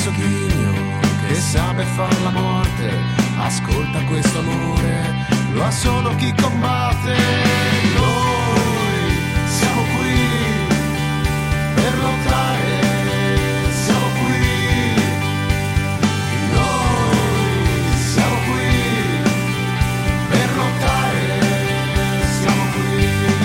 stesso ghigno che sa per far la morte, ascolta questo amore, lo ha solo chi combatte. Noi siamo qui per lottare, siamo qui, noi siamo qui per lottare, siamo qui.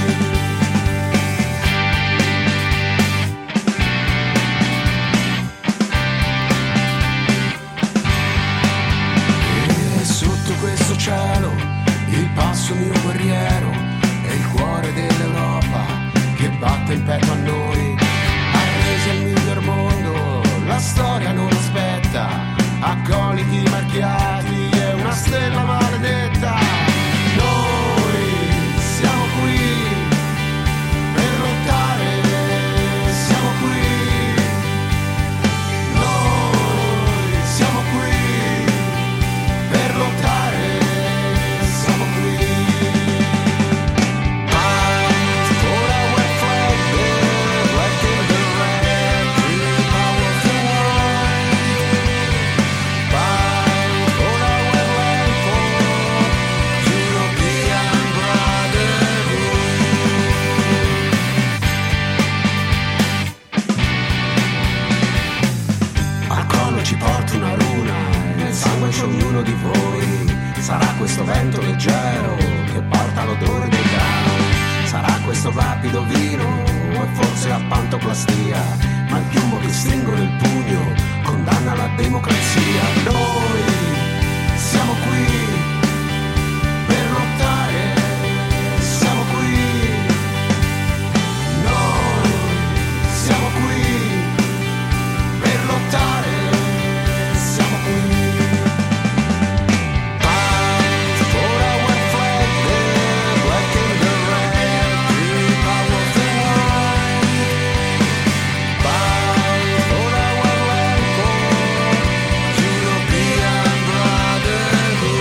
E sotto questo cielo il passo mio guerriero è il cuore dell'Europa che batte il petto a noi. Arresi al miglior mondo, la storia non aspetta, accoliti marchiati, è una stella maledetta. Noi siamo qui per lottare, siamo qui, noi siamo qui per lottare, siamo qui. Fight for our flag, the black and the red, free power flag. Fight for our land, for European brotherhood. Al collo ci porta una luna, nel sangue c'è ognuno di voi. Sarà questo vento leggero che porta l'odore del grano, sarà questo rapido vino o forse la pantoplastia, ma il piombo che stringo nel pugno condanna la democrazia. Noi siamo qui per lottare, siamo qui, noi siamo qui per lottare, siamo qui. Fight for our flag, the black and the red, free power flag. Fight for our land, for European brotherhood.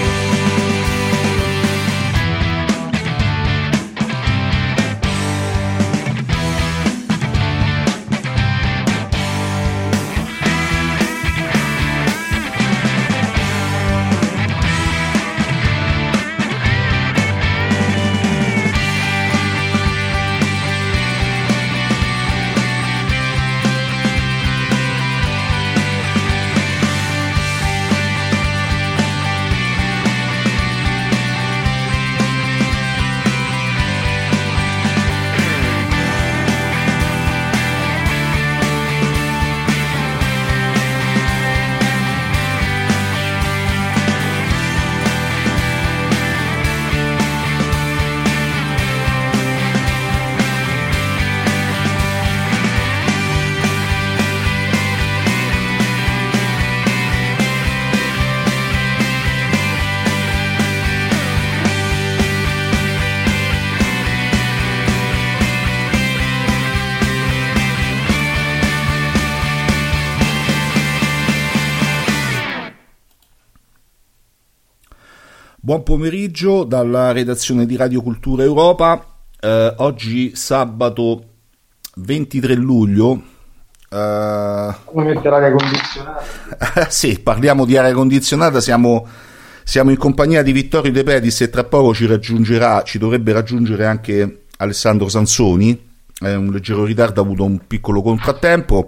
Buon pomeriggio dalla redazione di Radio Cultura Europa. Oggi sabato 23 luglio. Come mettere l'aria condizionata? Sì, parliamo di aria condizionata. Siamo in compagnia di Vittorio De Pedis e tra poco ci dovrebbe raggiungere anche Alessandro Sansoni. È un leggero ritardo, ha avuto un piccolo contrattempo.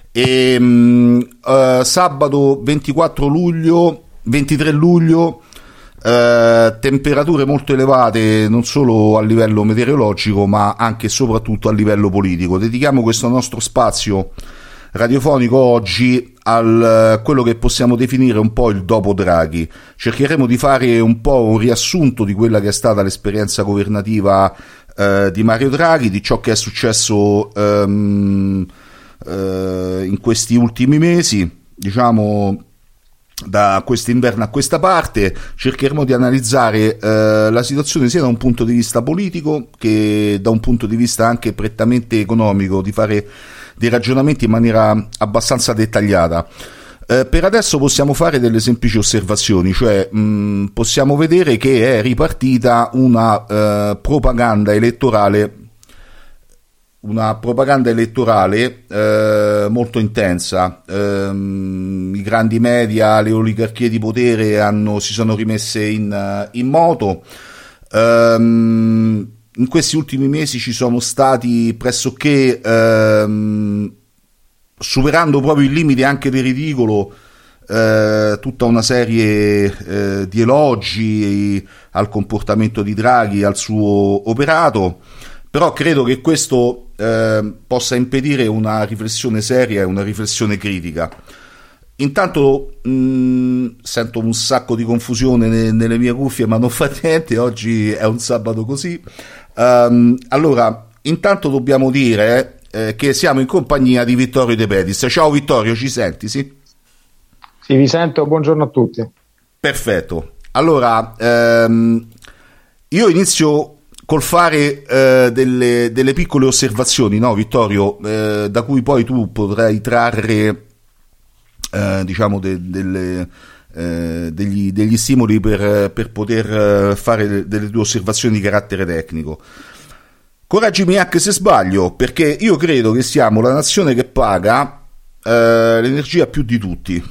Sabato 23 luglio. Temperature molto elevate non solo a livello meteorologico ma anche e soprattutto a livello politico. Dedichiamo questo nostro spazio radiofonico oggi a quello che possiamo definire un po' il dopo Draghi. Cercheremo di fare un po' un riassunto di quella che è stata l'esperienza governativa di Mario Draghi, di ciò che è successo in questi ultimi mesi, diciamo da quest'inverno a questa parte. Cercheremo di analizzare la situazione sia da un punto di vista politico che da un punto di vista anche prettamente economico, di fare dei ragionamenti in maniera abbastanza dettagliata. Per adesso possiamo fare delle semplici osservazioni, cioè possiamo vedere che è ripartita una propaganda elettorale una propaganda elettorale molto intensa. I grandi media, le oligarchie di potere si sono rimesse in moto. In questi ultimi mesi ci sono stati pressoché, superando proprio il limite anche del ridicolo, tutta una serie di elogi al comportamento di Draghi, al suo operato. Però credo che questo possa impedire una riflessione seria e una riflessione critica. Intanto sento un sacco di confusione nelle mie cuffie, ma non fa niente, oggi è un sabato così. Allora, intanto dobbiamo dire che siamo in compagnia di Vittorio De Pedis. Ciao Vittorio, ci senti? Sì, vi sento, buongiorno a tutti. Perfetto. Allora, io inizio col fare delle piccole osservazioni, no Vittorio, da cui poi tu potrai trarre diciamo degli stimoli per poter fare delle tue osservazioni di carattere tecnico. Correggimi anche se sbaglio, perché io credo che siamo la nazione che paga l'energia più di tutti.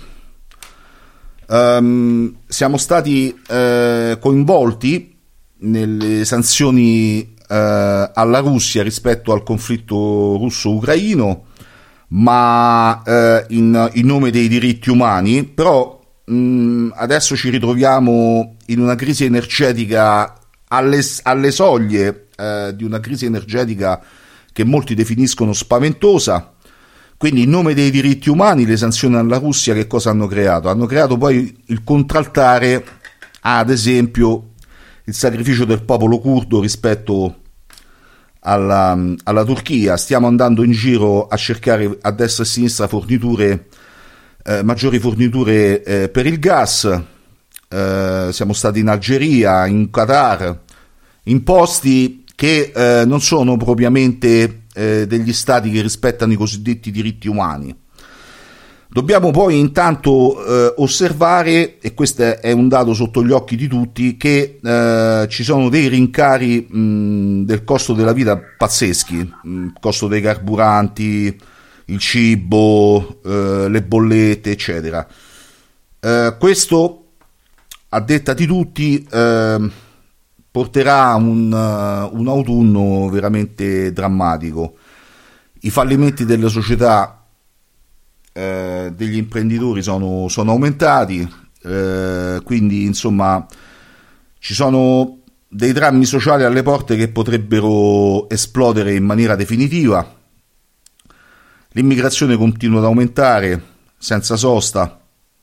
Siamo stati coinvolti nelle sanzioni alla Russia rispetto al conflitto russo-ucraino, ma in nome dei diritti umani. Però adesso ci ritroviamo in una crisi energetica alle soglie di una crisi energetica che molti definiscono spaventosa. Quindi in nome dei diritti umani le sanzioni alla Russia che cosa hanno creato? Hanno creato poi il contraltare, ad esempio, il sacrificio del popolo curdo rispetto alla Turchia. Stiamo andando in giro a cercare a destra e a sinistra maggiori forniture per il gas. Siamo stati in Algeria, in Qatar, in posti che non sono propriamente degli stati che rispettano i cosiddetti diritti umani. Dobbiamo poi intanto osservare, e questo è un dato sotto gli occhi di tutti, che ci sono dei rincari del costo della vita pazzeschi, il costo dei carburanti, il cibo, le bollette, eccetera. Questo, a detta di tutti, porterà un autunno veramente drammatico. I fallimenti delle società, degli imprenditori sono aumentati, quindi insomma ci sono dei drammi sociali alle porte che potrebbero esplodere in maniera definitiva. L'immigrazione continua ad aumentare senza sosta.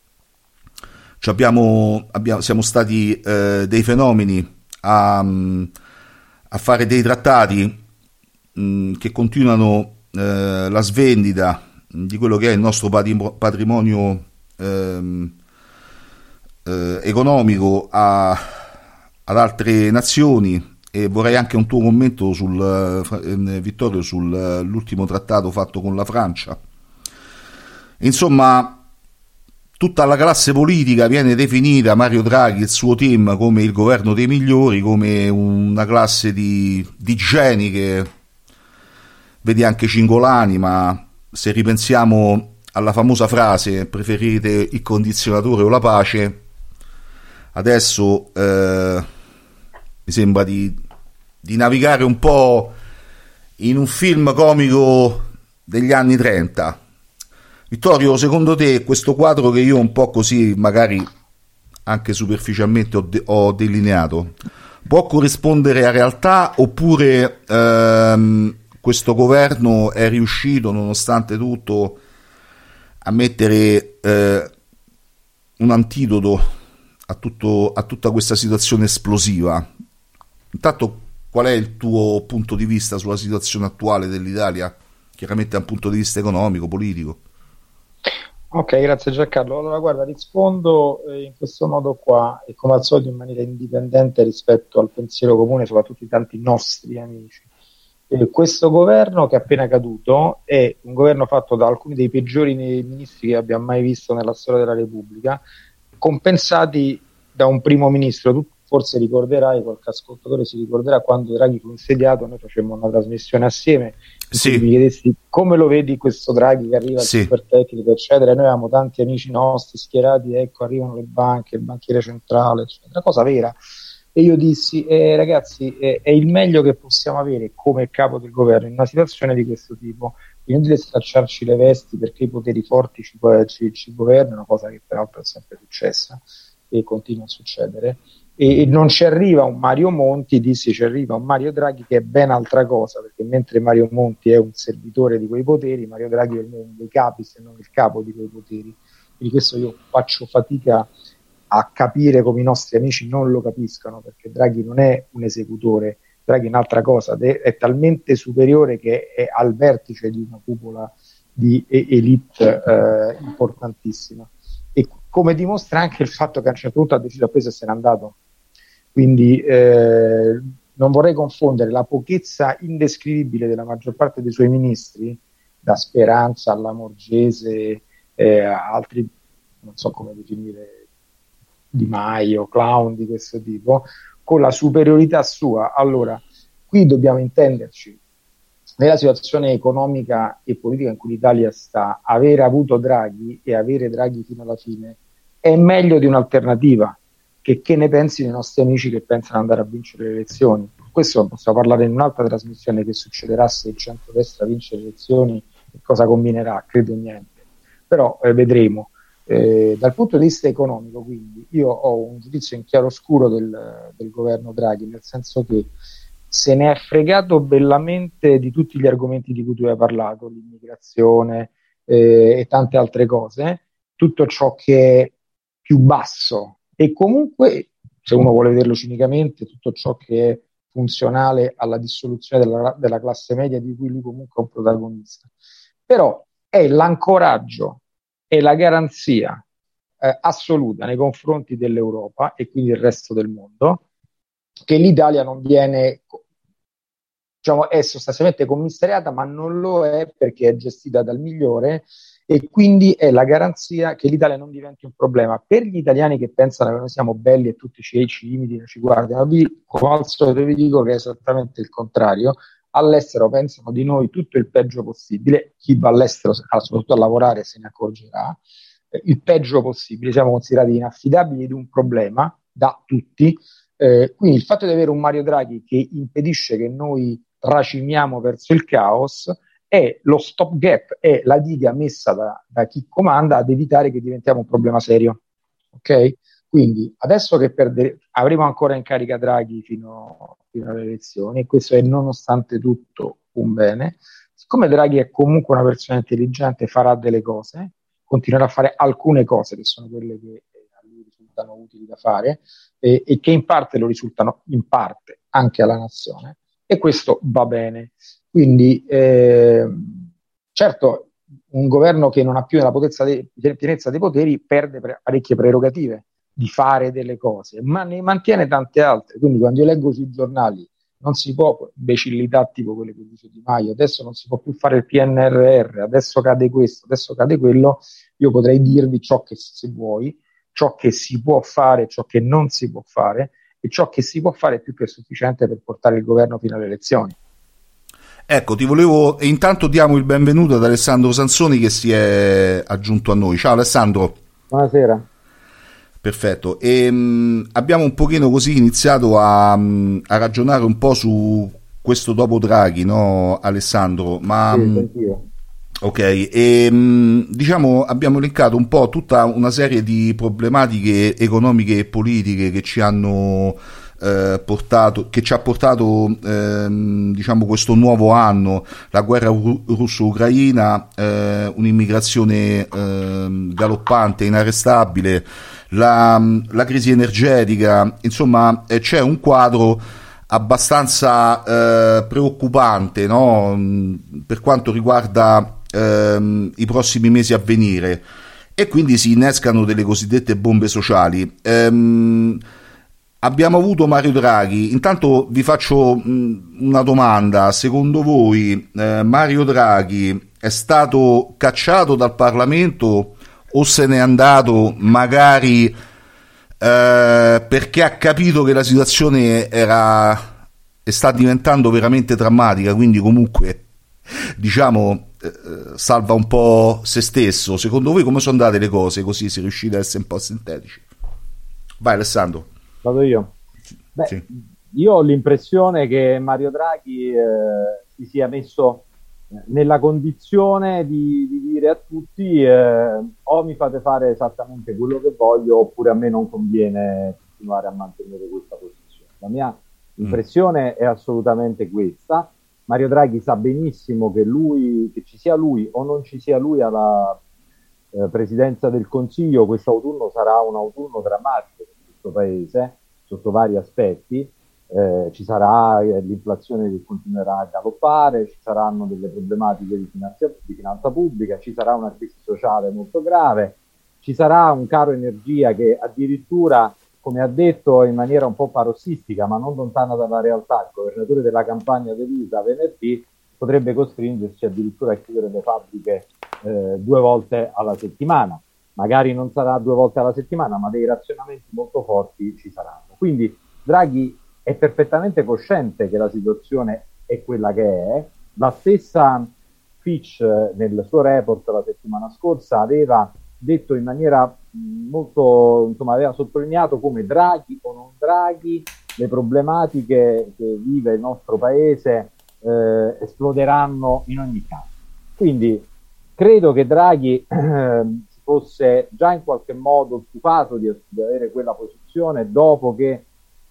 Siamo stati dei fenomeni a fare dei trattati che continuano la svendita di quello che è il nostro patrimonio economico ad altre nazioni. E vorrei anche un tuo commento Vittorio, sull'ultimo trattato fatto con la Francia. Insomma, tutta la classe politica viene definita, Mario Draghi e il suo team, come il governo dei migliori, come una classe di geni che vedi anche Cingolani. Ma se ripensiamo alla famosa frase preferite il condizionatore o la pace, adesso mi sembra di navigare un po' in un film comico degli anni 30. Vittorio, secondo te questo quadro che io un po' così magari anche superficialmente ho delineato può corrispondere a realtà, oppure questo governo è riuscito nonostante tutto a mettere un antidoto a tutta questa situazione esplosiva? Intanto, qual è il tuo punto di vista sulla situazione attuale dell'Italia, chiaramente da un punto di vista economico, politico? Ok, grazie Giancarlo. Allora, guarda, rispondo in questo modo qua, e come al solito in maniera indipendente rispetto al pensiero comune, soprattutto di tanti nostri amici. Questo governo che è appena caduto è un governo fatto da alcuni dei peggiori ministri che abbiamo mai visto nella storia della Repubblica, compensati da un primo ministro forse ricorderai, qualche ascoltatore si ricorderà, quando Draghi fu insediato noi facemmo una trasmissione assieme, sì. mi chiedesti come lo vedi questo Draghi che arriva al Sì. super tecnico eccetera, e noi avevamo tanti amici nostri schierati, ecco arrivano le banche, il banchiere centrale eccetera, cosa vera, e io dissi ragazzi è il meglio che possiamo avere come capo del governo in una situazione di questo tipo, inutile stracciarci le vesti perché i poteri forti ci governano, cosa che peraltro è sempre successa e continua a succedere, e non ci arriva un Mario Monti, dissi ci arriva un Mario Draghi che è ben altra cosa, perché mentre Mario Monti è un servitore di quei poteri, Mario Draghi è uno dei capi, se non il capo di quei poteri. Quindi questo io faccio fatica a capire come i nostri amici non lo capiscano, perché Draghi non è un esecutore, Draghi è un'altra cosa, è talmente superiore che è al vertice di una cupola di elite importantissima, e come dimostra anche il fatto che a un certo punto ha deciso, ha preso e se n'è andato. Quindi non vorrei confondere la pochezza indescrivibile della maggior parte dei suoi ministri, da Speranza alla Lamorgese, altri non so come definire, Di Maio, clown di questo tipo, con la superiorità sua. Allora, qui dobbiamo intenderci, nella situazione economica e politica in cui l'Italia sta, aver avuto Draghi e avere Draghi fino alla fine è meglio di un'alternativa. Che ne pensino i nostri amici che pensano di andare a vincere le elezioni? Questo possiamo parlare in un'altra trasmissione, che succederà se il centrodestra vince le elezioni e cosa combinerà, credo niente, però vedremo. Dal punto di vista economico, quindi, io ho un giudizio in chiaroscuro del governo Draghi, nel senso che se ne è fregato bellamente di tutti gli argomenti di cui tu hai parlato, l'immigrazione e tante altre cose, tutto ciò che è più basso, e comunque, se uno vuole vederlo cinicamente, tutto ciò che è funzionale alla dissoluzione della classe media, di cui lui comunque è un protagonista. Però è l'ancoraggio e la garanzia assoluta nei confronti dell'Europa e quindi il resto del mondo, che l'Italia non viene, diciamo, è sostanzialmente commissariata, ma non lo è perché è gestita dal migliore, e quindi è la garanzia che l'Italia non diventi un problema. Per gli italiani che pensano che noi siamo belli e tutti ci imitano, ci guardano, come al solito vi dico che è esattamente il contrario. All'estero pensano di noi tutto il peggio possibile, chi va all'estero, soprattutto a lavorare, se ne accorgerà, il peggio possibile, siamo considerati inaffidabili ed un problema da tutti, quindi il fatto di avere un Mario Draghi che impedisce che noi tracimiamo verso il caos è lo stop gap, è la diga messa da chi comanda ad evitare che diventiamo un problema serio, ok? Quindi adesso che avremo ancora in carica Draghi fino alle elezioni, e questo è nonostante tutto un bene. Siccome Draghi è comunque una persona intelligente, farà delle cose, continuerà a fare alcune cose che sono quelle che a lui risultano utili da fare, e che in parte lo risultano in parte anche alla nazione, e questo va bene. Quindi certo, un governo che non ha più la pienezza dei poteri perde parecchie prerogative di fare delle cose, ma ne mantiene tante altre. Quindi quando io leggo sui giornali non si può, imbecillità tipo quelle che dice Di Maio, adesso non si può più fare il PNRR, adesso cade questo, adesso cade quello, io potrei dirvi ciò che, se vuoi, ciò che si può fare, ciò che non si può fare, e ciò che si può fare è più che sufficiente per portare il governo fino alle elezioni. Ecco, e intanto diamo il benvenuto ad Alessandro Sansoni che si è aggiunto a noi. Ciao Alessandro. Buonasera. Perfetto, e abbiamo un pochino così iniziato a ragionare un po' su questo dopo Draghi, no Alessandro? Ma sì, ok, e diciamo abbiamo elencato un po' tutta una serie di problematiche economiche e politiche che ci hanno che ci ha portato diciamo questo nuovo anno, la guerra russo-ucraina, un'immigrazione galoppante, inarrestabile, la crisi energetica, insomma c'è un quadro abbastanza preoccupante, no? Per quanto riguarda i prossimi mesi a venire, e quindi si innescano delle cosiddette bombe sociali. Abbiamo avuto Mario Draghi. Intanto vi faccio una domanda: secondo voi Mario Draghi è stato cacciato dal Parlamento o se n'è andato magari perché ha capito che la situazione sta diventando veramente drammatica, quindi comunque diciamo salva un po' se stesso. Secondo voi come sono andate le cose, così si riuscite a essere un po' sintetici? Vai Alessandro. Vado io. Beh, Sì. io ho l'impressione che Mario Draghi si sia messo nella condizione di dire a tutti o mi fate fare esattamente quello che voglio oppure a me non conviene continuare a mantenere questa posizione. La mia impressione è assolutamente questa. Mario Draghi sa benissimo che ci sia lui o non ci sia lui alla presidenza del Consiglio, questo autunno sarà un autunno drammatico per questo Paese sotto vari aspetti. Ci sarà l'inflazione che continuerà a galoppare, ci saranno delle problematiche di finanza pubblica, ci sarà una crisi sociale molto grave, ci sarà un caro energia che addirittura, come ha detto in maniera un po' parossistica, ma non lontana dalla realtà, il governatore della Campania De Luisa venerdì potrebbe costringerci addirittura a chiudere le fabbriche 2 volte alla settimana. Magari non sarà 2 volte alla settimana, ma dei razionamenti molto forti ci saranno. Quindi Draghi è perfettamente cosciente che la situazione è quella che è. La stessa Fitch nel suo report la settimana scorsa aveva detto in maniera molto, insomma, aveva sottolineato come Draghi o non Draghi le problematiche che vive il nostro paese esploderanno in ogni caso. Quindi credo che Draghi si fosse già in qualche modo stufato di avere quella posizione dopo che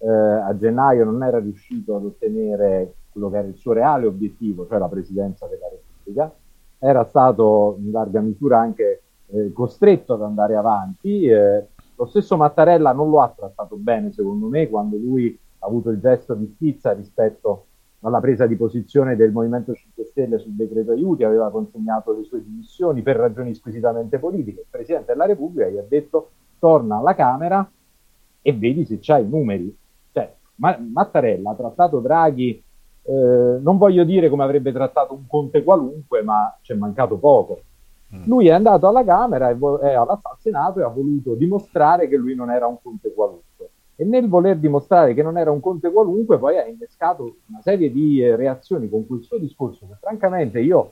a gennaio non era riuscito ad ottenere quello che era il suo reale obiettivo, cioè la presidenza della Repubblica. Era stato in larga misura anche costretto ad andare avanti. Lo stesso Mattarella non lo ha trattato bene, secondo me, quando lui ha avuto il gesto di stizza rispetto alla presa di posizione del Movimento 5 Stelle sul decreto aiuti, aveva consegnato le sue dimissioni per ragioni squisitamente politiche. Il Presidente della Repubblica gli ha detto: torna alla Camera e vedi se c'hai i numeri. Cioè, Mattarella ha trattato Draghi, non voglio dire come avrebbe trattato un Conte qualunque, ma c'è mancato poco. Lui è andato alla Camera al Senato e ha voluto dimostrare che lui non era un Conte qualunque. E nel voler dimostrare che non era un Conte qualunque, poi ha innescato una serie di reazioni con quel suo discorso che francamente io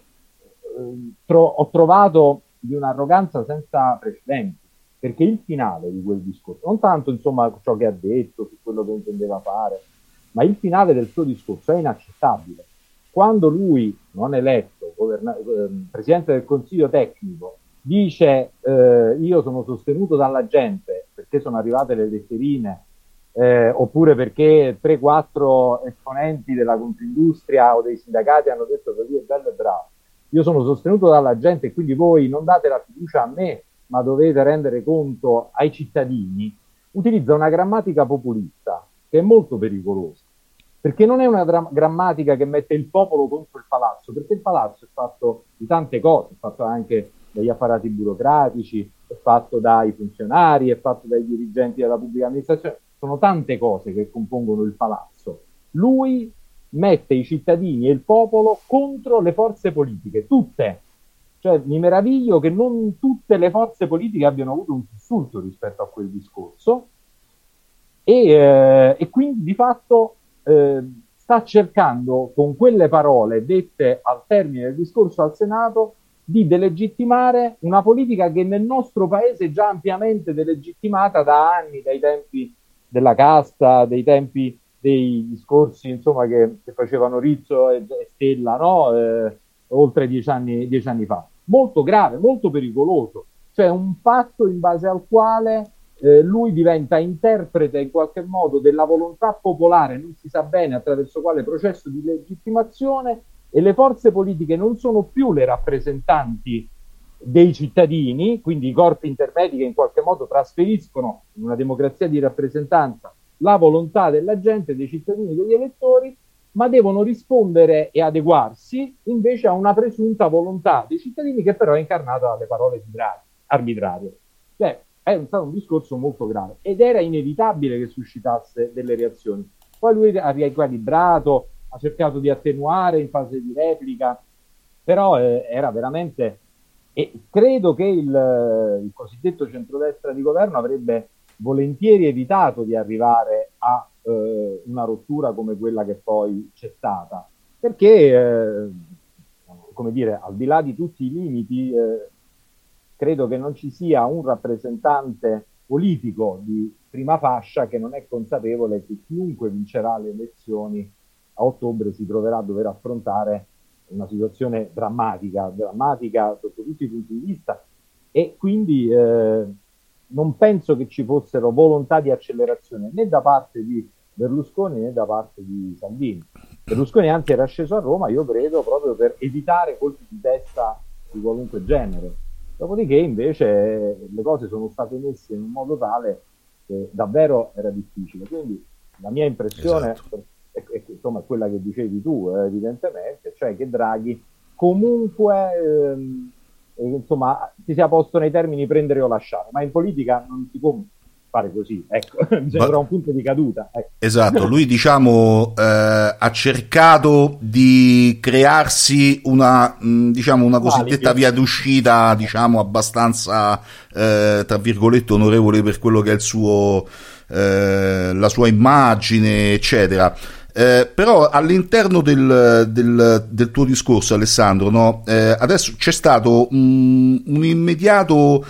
ho trovato di un'arroganza senza precedenti. Perché il finale di quel discorso, non tanto insomma ciò che ha detto, su quello che intendeva fare, ma il finale del suo discorso è inaccettabile. Quando lui, non eletto, presidente del Consiglio tecnico, dice io sono sostenuto dalla gente perché sono arrivate le letterine, oppure perché 3-4 esponenti della Confindustria o dei sindacati hanno detto che lui è bello e bravo, io sono sostenuto dalla gente e quindi voi non date la fiducia a me, ma dovete rendere conto ai cittadini, utilizza una grammatica populista che è molto pericolosa, perché non è una grammatica che mette il popolo contro il palazzo, perché il palazzo è fatto di tante cose, è fatto anche dagli apparati burocratici, è fatto dai funzionari, è fatto dai dirigenti della pubblica amministrazione, sono tante cose che compongono il palazzo. Lui mette i cittadini e il popolo contro le forze politiche, tutte. Cioè, mi meraviglio che non tutte le forze politiche abbiano avuto un sussulto rispetto a quel discorso e quindi di fatto sta cercando con quelle parole dette al termine del discorso al Senato di delegittimare una politica che nel nostro paese è già ampiamente delegittimata da anni, dai tempi della casta, dei tempi dei discorsi insomma che facevano Rizzo e Stella, no? Oltre 10 anni fa. Molto grave, molto pericoloso, cioè un patto in base al quale lui diventa interprete in qualche modo della volontà popolare, non si sa bene attraverso quale processo di legittimazione, e le forze politiche non sono più le rappresentanti dei cittadini, quindi i corpi intermedi che in qualche modo trasferiscono in una democrazia di rappresentanza la volontà della gente, dei cittadini, degli elettori, ma devono rispondere e adeguarsi invece a una presunta volontà dei cittadini che però è incarnata dalle parole di Draghi, arbitrarie. Cioè, è stato un discorso molto grave ed era inevitabile che suscitasse delle reazioni. Poi lui ha riequilibrato, ha cercato di attenuare in fase di replica, però era veramente... E credo che il cosiddetto centrodestra di governo avrebbe volentieri evitato di arrivare a una rottura come quella che poi c'è stata, perché come dire, al di là di tutti i limiti, credo che non ci sia un rappresentante politico di prima fascia che non è consapevole che chiunque vincerà le elezioni a ottobre si troverà a dover affrontare una situazione drammatica sotto tutti i punti di vista, e quindi non penso che ci fossero volontà di accelerazione né da parte di Berlusconi né da parte di Salvini. Berlusconi anzi era sceso a Roma, io credo, proprio per evitare colpi di testa di qualunque genere. Dopodiché invece le cose sono state messe in un modo tale che davvero era difficile. Quindi la mia impressione è insomma, è quella che dicevi tu, evidentemente, cioè che Draghi comunque insomma si sia posto nei termini prendere o lasciare, ma in politica non si può fare così, ecco, bisogna trovare un punto di caduta, ecco. Esatto, lui diciamo ha cercato di crearsi una cosiddetta via d'uscita, diciamo abbastanza tra virgolette onorevole per quello che è il suo la sua immagine, eccetera. Però all'interno del tuo discorso, Alessandro, no? Adesso c'è stato un immediato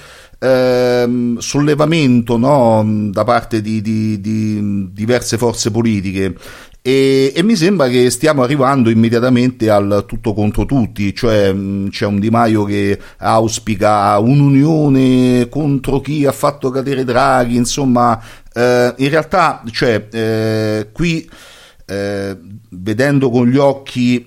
sollevamento, no? Da parte di diverse forze politiche, e mi sembra che stiamo arrivando immediatamente al tutto contro tutti, cioè c'è un Di Maio che auspica un'unione contro chi ha fatto cadere Draghi, insomma in realtà qui vedendo con gli occhi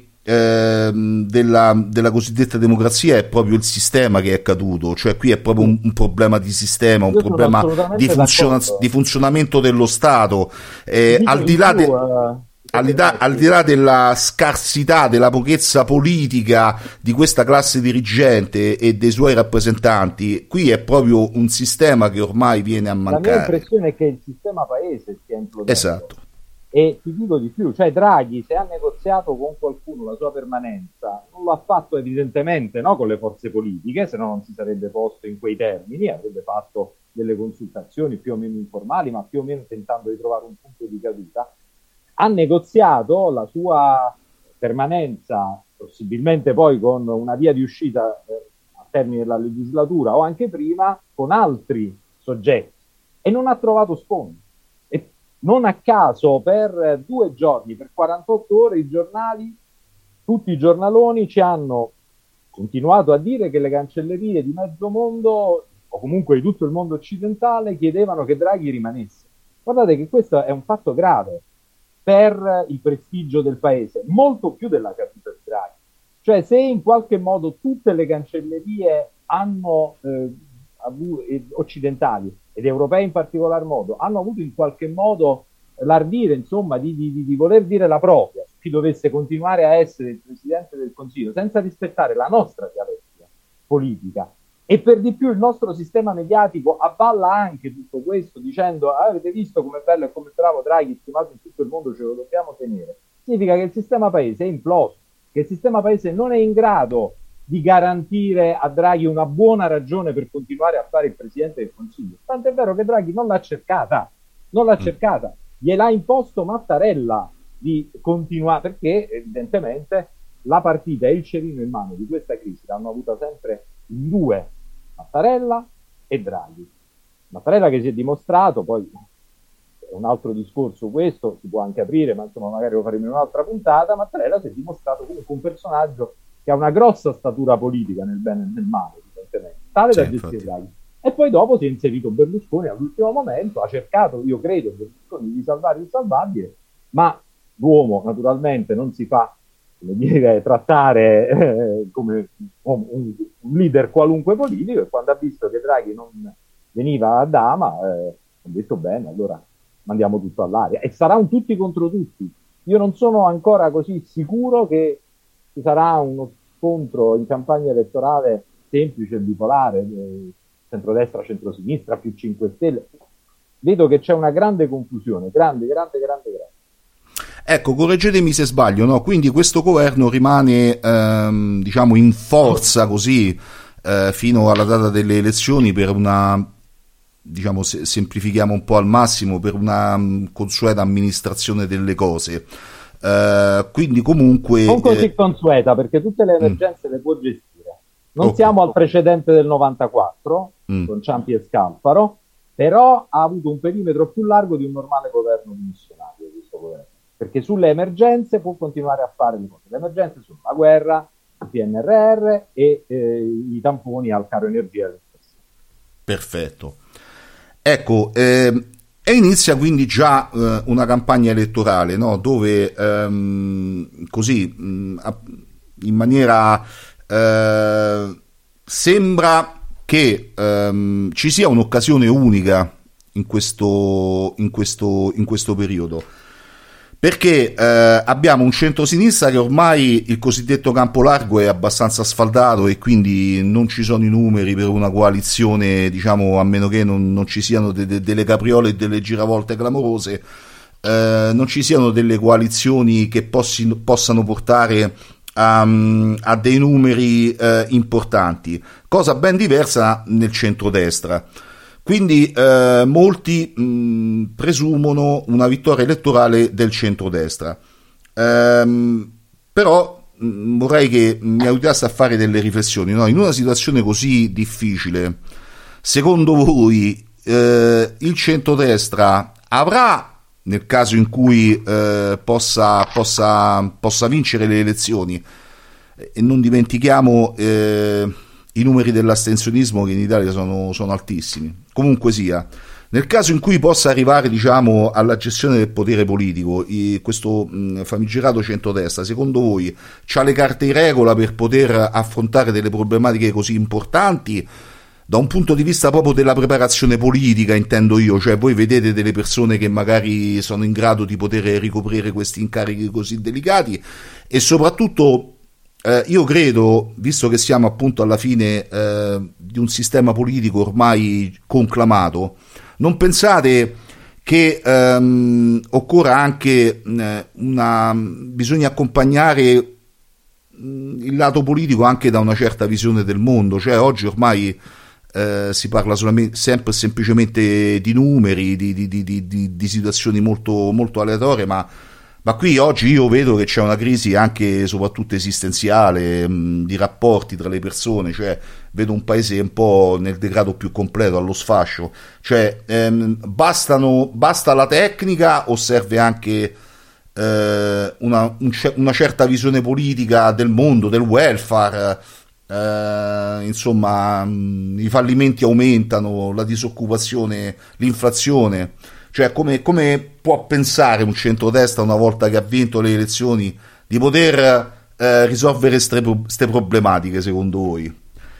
della cosiddetta democrazia, è proprio il sistema che è caduto, cioè qui è proprio un problema di sistema, un problema di funzionamento dello Stato, al di là della scarsità, della pochezza politica di questa classe dirigente e dei suoi rappresentanti. Qui è proprio un sistema che ormai viene a mancare. La mia impressione è che il sistema paese stia implodendo. Esatto. E ti dico di più, cioè Draghi, se ha negoziato con qualcuno la sua permanenza, non l'ha fatto evidentemente no con le forze politiche, se no non si sarebbe posto in quei termini, avrebbe fatto delle consultazioni più o meno informali, ma più o meno tentando di trovare un punto di caduta. Ha negoziato la sua permanenza, possibilmente poi con una via di uscita a termine della legislatura o anche prima, con altri soggetti, e non ha trovato sfondo. Non a caso per 2 giorni, per 48 ore, i giornali, tutti i giornaloni ci hanno continuato a dire che le cancellerie di mezzo mondo, o comunque di tutto il mondo occidentale, chiedevano che Draghi rimanesse. Guardate che questo è un fatto grave per il prestigio del paese, molto più della caduta di Draghi. Cioè se in qualche modo tutte le cancellerie hanno occidentali ed europei in particolar modo hanno avuto in qualche modo l'ardire, insomma, di voler dire la propria su chi dovesse continuare a essere il Presidente del Consiglio senza rispettare la nostra dialettica politica, e per di più il nostro sistema mediatico avvalla anche tutto questo dicendo avete visto come bello e come bravo Draghi, stimato in tutto il mondo, ce lo dobbiamo tenere, significa che il sistema paese è imploso, che il sistema paese non è in grado di garantire a Draghi una buona ragione per continuare a fare il Presidente del Consiglio. Tant'è vero che Draghi non l'ha cercata, gliel'ha imposto Mattarella di continuare, perché evidentemente la partita e il cerino in mano di questa crisi l'hanno avuta sempre in 2, Mattarella e Draghi. Mattarella che si è dimostrato, poi è un altro discorso questo, si può anche aprire, ma insomma magari lo faremo in un'altra puntata. Mattarella si è dimostrato comunque un personaggio che ha una grossa statura politica nel bene e nel male, tale da gestire Draghi. E poi dopo si è inserito Berlusconi all'ultimo momento, ha cercato, io credo, Berlusconi di salvare il salvabile, ma l'uomo naturalmente non si fa, come dire, trattare come un leader qualunque politico, e quando ha visto che Draghi non veniva a dama, ha detto bene, allora mandiamo tutto all'aria. E sarà un tutti contro tutti. Io non sono ancora così sicuro che ci sarà uno scontro in campagna elettorale semplice e bipolare, centrodestra, centrosinistra, più 5 Stelle. Vedo che c'è una grande confusione, grande. Ecco, correggetemi se sbaglio, no? Quindi questo governo rimane, diciamo, in forza così fino alla data delle elezioni per una diciamo semplifichiamo un po' al massimo, per una consueta amministrazione delle cose. Quindi comunque non così consueta, perché tutte le emergenze le può gestire. Non siamo al precedente del 94 con Ciampi e Scalfaro, però ha avuto un perimetro più largo di un normale governo dimissionario, questo governo, perché sulle emergenze può continuare a fare le cose. Le emergenze sono la guerra, il PNRR e i tamponi al caro energia. Perfetto. Ecco, e inizia quindi già una campagna elettorale, no? Dove così in maniera sembra che ci sia un'occasione unica in questo periodo, perché abbiamo un centrosinistra che ormai il cosiddetto campo largo è abbastanza sfaldato e quindi non ci sono i numeri per una coalizione, diciamo, a meno che non ci siano delle capriole e delle giravolte clamorose, non ci siano delle coalizioni che possano portare a dei numeri importanti, cosa ben diversa nel centrodestra. Quindi molti presumono una vittoria elettorale del centrodestra, però vorrei che mi aiutasse a fare delle riflessioni, no? In una situazione così difficile, secondo voi il centrodestra avrà, nel caso in cui possa vincere le elezioni, e non dimentichiamo i numeri dell'astensionismo che in Italia sono altissimi, comunque sia, nel caso in cui possa arrivare, diciamo, alla gestione del potere politico, questo famigerato centrodestra, secondo voi c'ha le carte in regola per poter affrontare delle problematiche così importanti da un punto di vista proprio della preparazione politica, intendo io? Cioè, voi vedete delle persone che magari sono in grado di poter ricoprire questi incarichi così delicati? E soprattutto io credo, visto che siamo appunto alla fine di un sistema politico ormai conclamato, non pensate che occorra anche bisogna accompagnare il lato politico anche da una certa visione del mondo? Cioè, oggi ormai si parla sempre e semplicemente di numeri, di situazioni molto, molto aleatorie, ma qui oggi io vedo che c'è una crisi anche soprattutto esistenziale, di rapporti tra le persone, cioè vedo un paese un po' nel degrado più completo, allo sfascio. Cioè basta la tecnica o serve anche una certa visione politica del mondo, del welfare? Insomma, i fallimenti aumentano, la disoccupazione, l'inflazione. Cioè, come può pensare un centrodestra, una volta che ha vinto le elezioni, di poter risolvere queste problematiche, secondo voi?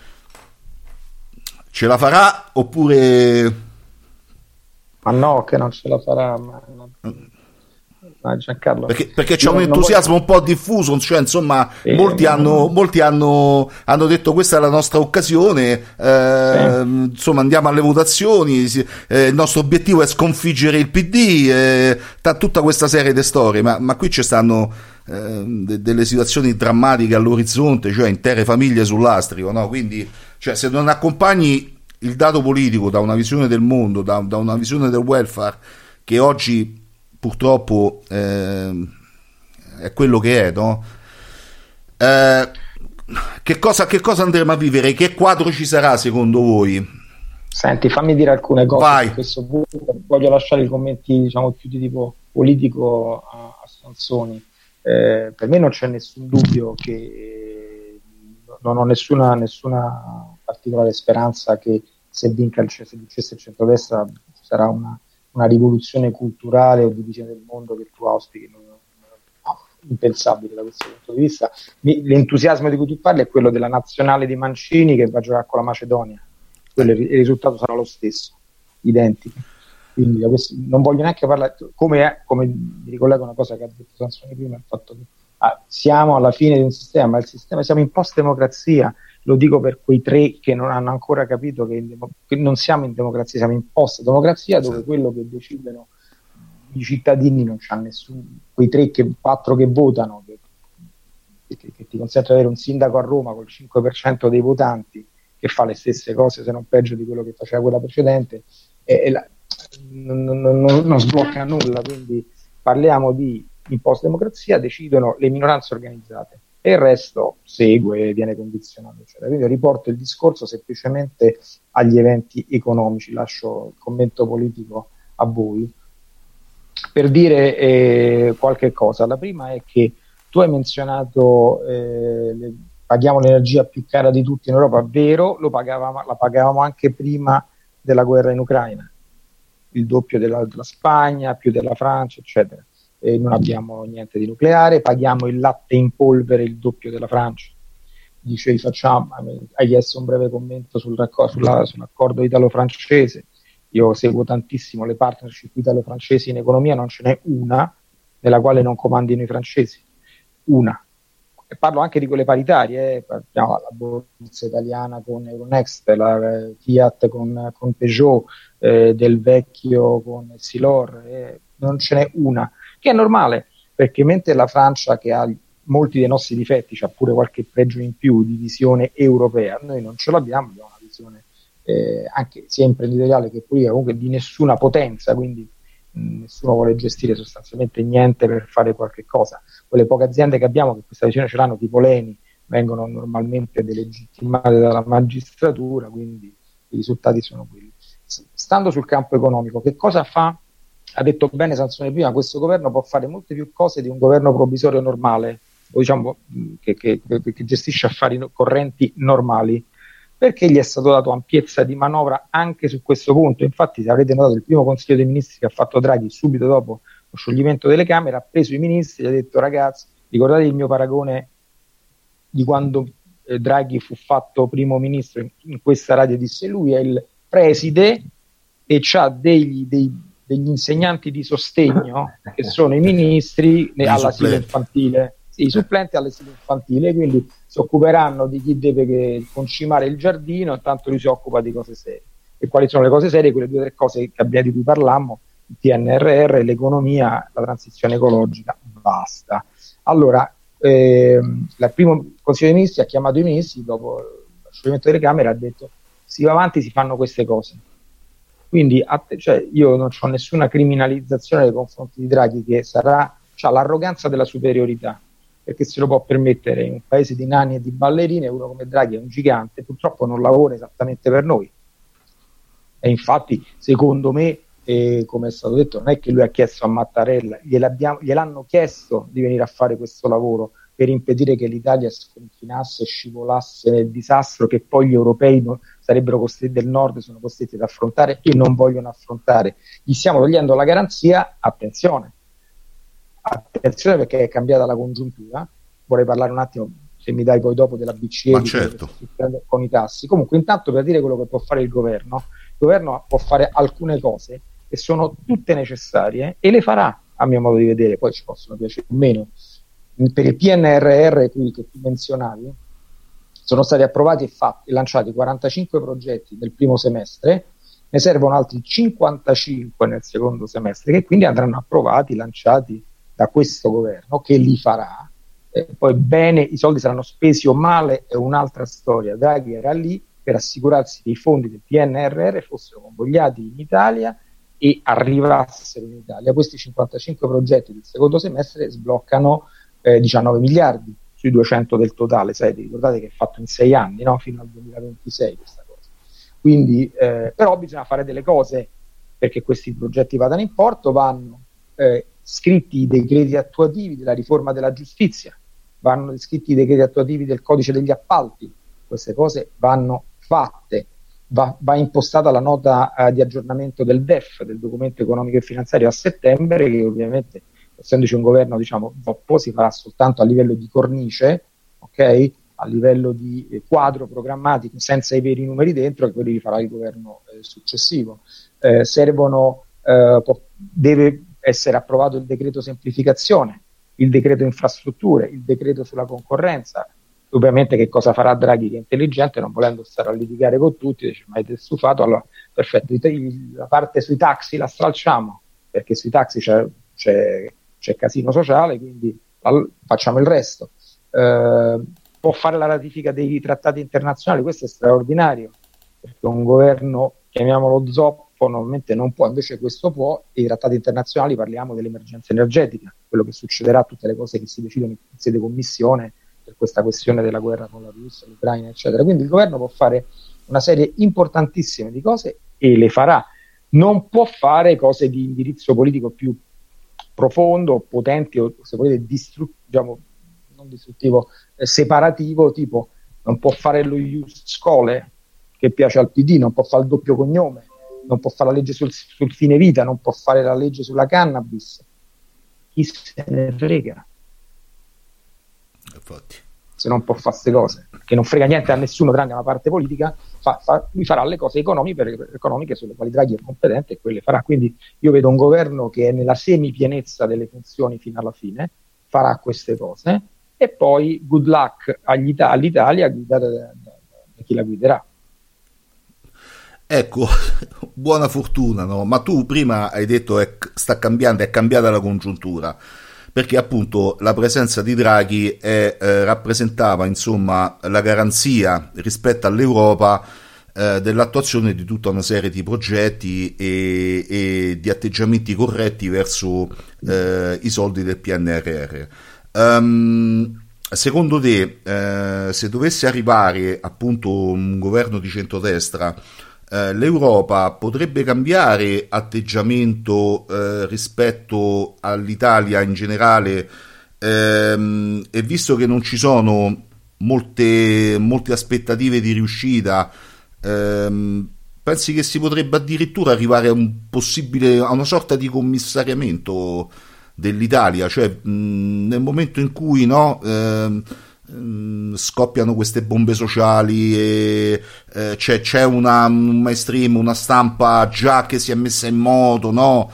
Ce la farà oppure... Ma no, che non ce la farà. Giancarlo, perché c'è un entusiasmo un po' diffuso, cioè, insomma, molti hanno detto questa è la nostra occasione, insomma, andiamo alle votazioni, il nostro obiettivo è sconfiggere il PD, tutta questa serie di storie, ma qui ci stanno delle situazioni drammatiche all'orizzonte, cioè intere famiglie sull'astrico, no? Quindi, cioè, se non accompagni il dato politico da una visione del mondo, da una visione del welfare, che oggi purtroppo è quello che è, no? Che cosa andremo a vivere? Che quadro ci sarà secondo voi? Senti, fammi dire alcune cose. Vai. A questo punto voglio lasciare i commenti, diciamo, più di tipo politico a Sansoni. Per me non c'è nessun dubbio che non ho nessuna particolare speranza che se vincesse il centrodestra sarà una rivoluzione culturale o di visione del mondo che tu auspichi. Impensabile da questo punto di vista. L'entusiasmo di cui tu parli è quello della nazionale di Mancini che va a giocare con la Macedonia. Il risultato sarà lo stesso, identico. Quindi non voglio neanche parlare, come mi ricollego una cosa che ha detto Sansoni prima, il fatto che siamo alla fine di un sistema, ma il sistema, siamo in post-democrazia. Lo dico per quei tre che non hanno ancora capito che non siamo in democrazia, siamo in post-democrazia, dove quello che decidono i cittadini non c'ha nessuno, quei 4 che votano, che ti consente di avere un sindaco a Roma col 5% dei votanti che fa le stesse cose, se non peggio di quello che faceva quella precedente, non sblocca nulla, quindi parliamo di in post-democrazia, decidono le minoranze organizzate e il resto segue e viene condizionato. Quindi riporto il discorso semplicemente agli eventi economici, lascio il commento politico a voi. Per dire qualche cosa, la prima è che tu hai menzionato paghiamo l'energia più cara di tutti in Europa, vero, la pagavamo anche prima della guerra in Ucraina, il doppio della Spagna, più della Francia, eccetera. Non abbiamo niente di nucleare, paghiamo il latte in polvere il doppio della Francia. Dicevi, hai chiesto un breve commento sull'accordo italo-francese. Io seguo tantissimo le partnership italo-francesi in economia, non ce n'è una nella quale non comandino i francesi. Una. E parlo anche di quelle paritarie, la borsa italiana con Euronext, la Fiat con Peugeot, del vecchio con Essilor, non ce n'è una, che è normale, perché mentre la Francia, che ha molti dei nostri difetti, c'ha pure qualche pregio in più di visione europea, noi non ce l'abbiamo, abbiamo una visione anche sia imprenditoriale che politica, comunque di nessuna potenza, quindi nessuno vuole gestire sostanzialmente niente per fare qualche cosa. Quelle poche aziende che abbiamo che questa visione ce l'hanno, tipo l'ENI, vengono normalmente delegittimate dalla magistratura, quindi i risultati sono quelli. Stando sul campo economico, che cosa fa? Ha detto bene Sansone prima, questo governo può fare molte più cose di un governo provvisorio normale, o diciamo che gestisce affari correnti normali, perché gli è stato dato ampiezza di manovra anche su questo punto. Infatti, se avrete notato, il primo Consiglio dei Ministri che ha fatto Draghi subito dopo lo scioglimento delle Camere ha preso i ministri e ha detto: ragazzi, ricordate il mio paragone di quando Draghi fu fatto primo ministro in questa radio, disse lui è il preside e c'ha degli insegnanti di sostegno che sono i ministri all'asilo infantile, i supplenti all'asilo infantile, quindi si occuperanno di chi deve concimare il giardino, intanto lui si occupa di cose serie. E quali sono le cose serie? Quelle 2 o 3 cose di cui parlammo: il PNRR, l'economia, la transizione ecologica, basta. Allora, il primo Consiglio dei Ministri ha chiamato i ministri dopo lo scioglimento delle Camere, ha detto: si va avanti, si fanno queste cose. Quindi io non ho nessuna criminalizzazione nei confronti di Draghi, che c'ha l'arroganza della superiorità, perché se lo può permettere in un paese di nani e di ballerine. Uno come Draghi è un gigante, purtroppo non lavora esattamente per noi, e infatti secondo me, come è stato detto, non è che lui ha chiesto a Mattarella, gliel'hanno chiesto di venire a fare questo lavoro per impedire che l'Italia sconfinasse e scivolasse nel disastro che poi gli europei sarebbero costretti, del nord sono costretti ad affrontare e non vogliono affrontare. Gli stiamo togliendo la garanzia. Attenzione perché è cambiata la congiuntura. Vorrei parlare un attimo, se mi dai poi dopo, della BCE, certo, con i tassi. Comunque, intanto, per dire quello che può fare il governo può fare alcune cose che sono tutte necessarie e le farà, a mio modo di vedere, poi ci possono piacere o meno. Per il PNRR che tu menzionavi, sono stati approvati e lanciati 45 progetti nel primo semestre, ne servono altri 55 nel secondo semestre, che quindi andranno approvati, lanciati da questo governo, che li farà. Poi bene, i soldi saranno spesi o male è un'altra storia. Draghi era lì per assicurarsi che i fondi del PNRR fossero convogliati in Italia e arrivassero in Italia. Questi 55 progetti del secondo semestre sbloccano 19 miliardi sui 200 del totale. Ricordate che è fatto in 6 anni, no? Fino al 2026 questa cosa. Quindi, però bisogna fare delle cose perché questi progetti vadano in porto. Vanno scritti i decreti attuativi della riforma della giustizia, vanno scritti i decreti attuativi del codice degli appalti. Queste cose vanno fatte. Va impostata la nota di aggiornamento del DEF, del documento economico e finanziario, a settembre, che ovviamente, essendoci un governo dopo, si farà soltanto a livello di cornice, ok? A livello di quadro programmatico, senza i veri numeri dentro, che quelli li farà il governo successivo. Deve essere approvato il decreto semplificazione, il decreto infrastrutture, il decreto sulla concorrenza. Ovviamente che cosa farà Draghi, che è intelligente, non volendo stare a litigare con tutti, dice: ma avete stufato? Allora, perfetto, la parte sui taxi la stralciamo, perché sui taxi c'è casino sociale, quindi facciamo il resto. Può fare la ratifica dei trattati internazionali, questo è straordinario, perché un governo, chiamiamolo zoppo, normalmente non può, invece questo può, e i trattati internazionali parliamo dell'emergenza energetica, quello che succederà, tutte le cose che si decidono in sede commissione per questa questione della guerra con la Russia, l'Ucraina, eccetera. Quindi il governo può fare una serie importantissime di cose e le farà. Non può fare cose di indirizzo politico più profondo, potenti o, se volete, diciamo, non distruttivo, separativo, tipo non può fare lo ius scholae che piace al PD, non può fare il doppio cognome, non può fare la legge sul fine vita, non può fare la legge sulla cannabis. Chi se ne frega? Infatti. Se non può fare queste cose, che non frega niente a nessuno tranne la parte politica, lui farà le cose economiche sulle quali Draghi è competente e quelle farà. Quindi io vedo un governo che è nella semipienezza delle funzioni fino alla fine, farà queste cose e poi good luck all'Italia guidata da chi la guiderà. Ecco, buona fortuna, no? Ma tu prima hai detto è cambiata la congiuntura, perché appunto la presenza di Draghi rappresentava insomma la garanzia rispetto all'Europa dell'attuazione di tutta una serie di progetti e di atteggiamenti corretti verso i soldi del PNRR. Secondo te, se dovesse arrivare appunto un governo di centrodestra, l'Europa potrebbe cambiare atteggiamento rispetto all'Italia in generale, e visto che non ci sono molte aspettative di riuscita, pensi che si potrebbe addirittura arrivare a una sorta di commissariamento dell'Italia, cioè nel momento in cui scoppiano queste bombe sociali e c'è un mainstream, una stampa già che si è messa in moto,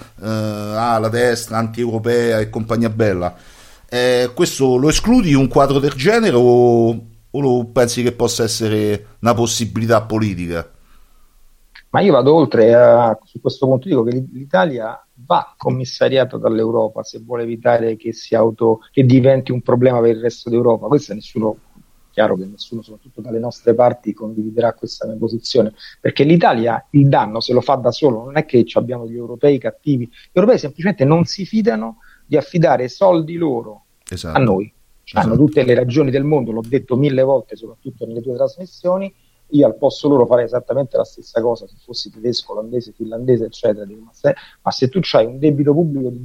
la destra anti-europea e compagnia bella, questo lo escludi un quadro del genere o lo pensi che possa essere una possibilità politica? Ma io vado oltre, su questo punto dico che l'Italia va commissariata dall'Europa se vuole evitare che diventi un problema per il resto d'Europa. Questo chiaro che nessuno, soprattutto dalle nostre parti, condividerà questa mia posizione, perché l'Italia il danno se lo fa da solo, non è che abbiamo gli europei cattivi, gli europei semplicemente non si fidano di affidare soldi loro a noi. Hanno tutte le ragioni del mondo, l'ho detto 1000 volte, soprattutto nelle tue trasmissioni. Io al posto loro farei esattamente la stessa cosa se fossi tedesco, olandese, finlandese, eccetera. Ma se tu hai un debito pubblico di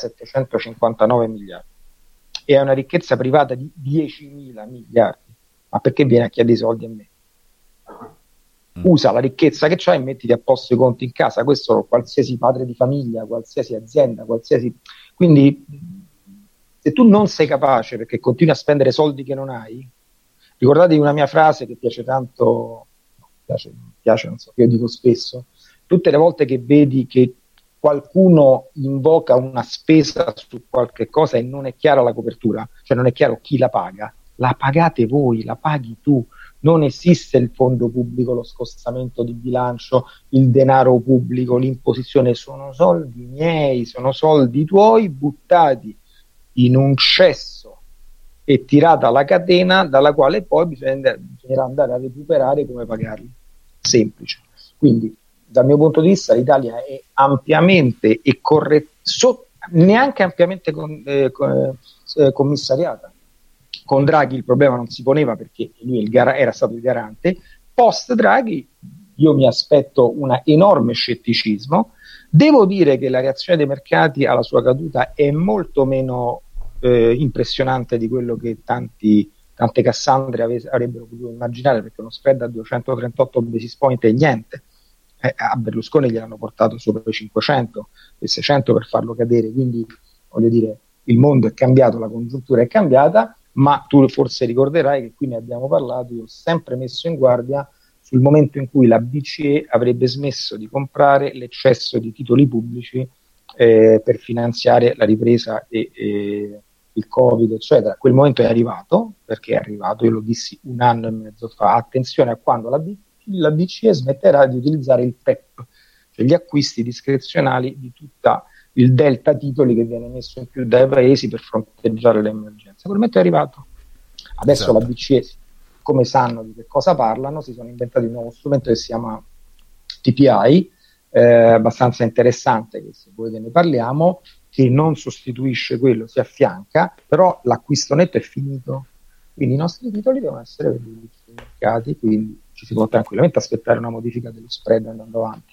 2.759 miliardi e hai una ricchezza privata di 10.000 miliardi, ma perché vieni a chiedere i soldi a me? Usa la ricchezza che c'hai e mettiti a posto i conti in casa. Questo qualsiasi padre di famiglia, qualsiasi azienda, Quindi se tu non sei capace perché continui a spendere soldi che non hai, ricordatevi una mia frase che piace tanto, piace, non so, io dico spesso, tutte le volte che vedi che qualcuno invoca una spesa su qualche cosa e non è chiara la copertura, cioè non è chiaro chi la paga, la pagate voi, la paghi tu, non esiste il fondo pubblico, lo scostamento di bilancio, il denaro pubblico, l'imposizione, sono soldi miei, sono soldi tuoi buttati in un cesso e tirata la catena dalla quale poi bisognerà andare a recuperare come pagarli. Semplice. Quindi dal mio punto di vista l'Italia è ampiamente e neanche ampiamente commissariata. Con Draghi il problema non si poneva perché lui era stato il garante. Post Draghi io mi aspetto un enorme scetticismo. Devo dire che la reazione dei mercati alla sua caduta è molto meno impressionante di quello che tante Cassandre avrebbero potuto immaginare, perché uno spread a 238 basis point è niente. A Berlusconi gliel'hanno portato sopra i 500 e 600 per farlo cadere, quindi voglio dire il mondo è cambiato, la congiuntura è cambiata, ma tu forse ricorderai che qui ne abbiamo parlato, io ho sempre messo in guardia sul momento in cui la BCE avrebbe smesso di comprare l'eccesso di titoli pubblici per finanziare la ripresa e il Covid, eccetera. Quel momento è arrivato, perché è arrivato, io lo dissi 1 anno e mezzo fa, attenzione a quando la BCE smetterà di utilizzare il PEP, cioè gli acquisti discrezionali di tutta il delta titoli che viene messo in più dai paesi per fronteggiare le emergenze. Quel momento è arrivato. Adesso esatto. La BCE, come sanno di che cosa parlano, si sono inventati un nuovo strumento che si chiama TPI, abbastanza interessante, che se volete ne parliamo, che non sostituisce quello, si affianca, però l'acquisto netto è finito, quindi i nostri titoli devono essere venduti sui mercati, quindi ci si può tranquillamente aspettare una modifica dello spread andando avanti.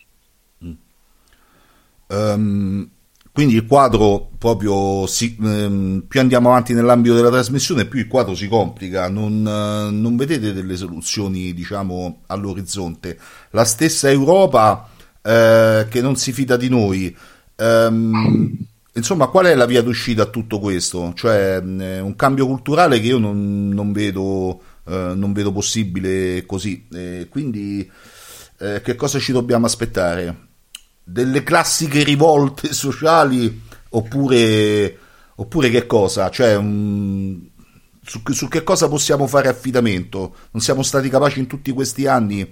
Quindi il quadro proprio più andiamo avanti nell'ambito della trasmissione, più il quadro si complica. Non vedete delle soluzioni, diciamo, all'orizzonte. La stessa Europa che non si fida di noi. Insomma, qual è la via d'uscita a tutto questo? Cioè, un cambio culturale che io non vedo possibile così. Quindi, che cosa ci dobbiamo aspettare? Delle classiche rivolte sociali oppure che cosa? Cioè, su che cosa possiamo fare affidamento? Non siamo stati capaci in tutti questi anni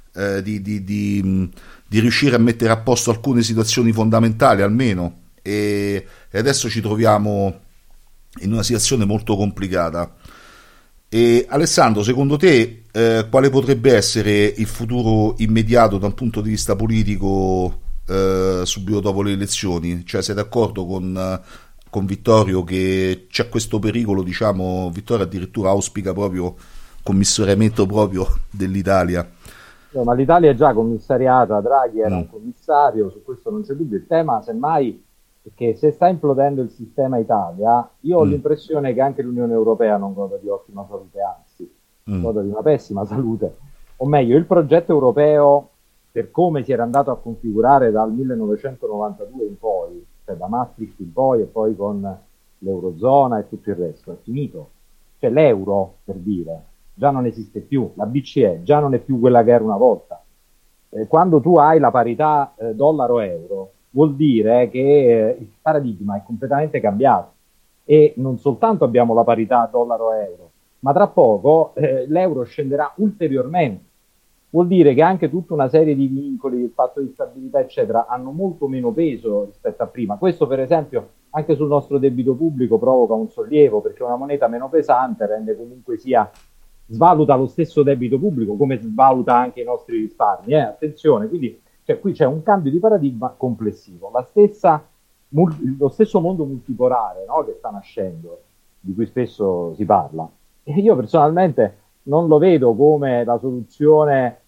di riuscire a mettere a posto alcune situazioni fondamentali almeno, e adesso ci troviamo in una situazione molto complicata. E Alessandro, secondo te quale potrebbe essere il futuro immediato da un punto di vista politico subito dopo le elezioni? Cioè, sei d'accordo con Vittorio che c'è questo pericolo, diciamo, Vittorio addirittura auspica proprio commissariamento proprio dell'Italia? No, ma l'Italia è già commissariata, Draghi era un commissario, su questo non c'è dubbio. Il tema, semmai, è che se sta implodendo il sistema Italia, io ho l'impressione che anche l'Unione Europea non goda di ottima salute, anzi, goda di una pessima salute. O meglio, il progetto europeo, per come si era andato a configurare dal 1992 in poi, cioè da Maastricht in poi e poi con l'Eurozona e tutto il resto, è finito. Cioè l'euro, per dire, già non esiste più, la BCE già non è più quella che era una volta. Quando tu hai la parità dollaro-euro, vuol dire che il paradigma è completamente cambiato, e non soltanto abbiamo la parità dollaro-euro, ma tra poco l'euro scenderà ulteriormente. Vuol dire che anche tutta una serie di vincoli, il patto di stabilità eccetera, hanno molto meno peso rispetto a prima. Questo per esempio anche sul nostro debito pubblico provoca un sollievo, perché una moneta meno pesante rende comunque sia, svaluta lo stesso debito pubblico come svaluta anche i nostri risparmi, attenzione. Quindi qui c'è un cambio di paradigma complessivo, lo stesso mondo multipolare, no, che sta nascendo, di cui spesso si parla, e io personalmente non lo vedo come la soluzione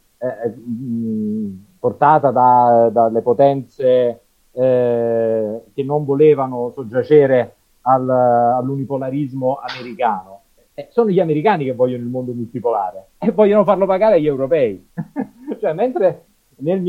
portata dalle potenze che non volevano soggiacere all'unipolarismo americano. Sono gli americani che vogliono il mondo multipolare e vogliono farlo pagare agli europei. Cioè, mentre nel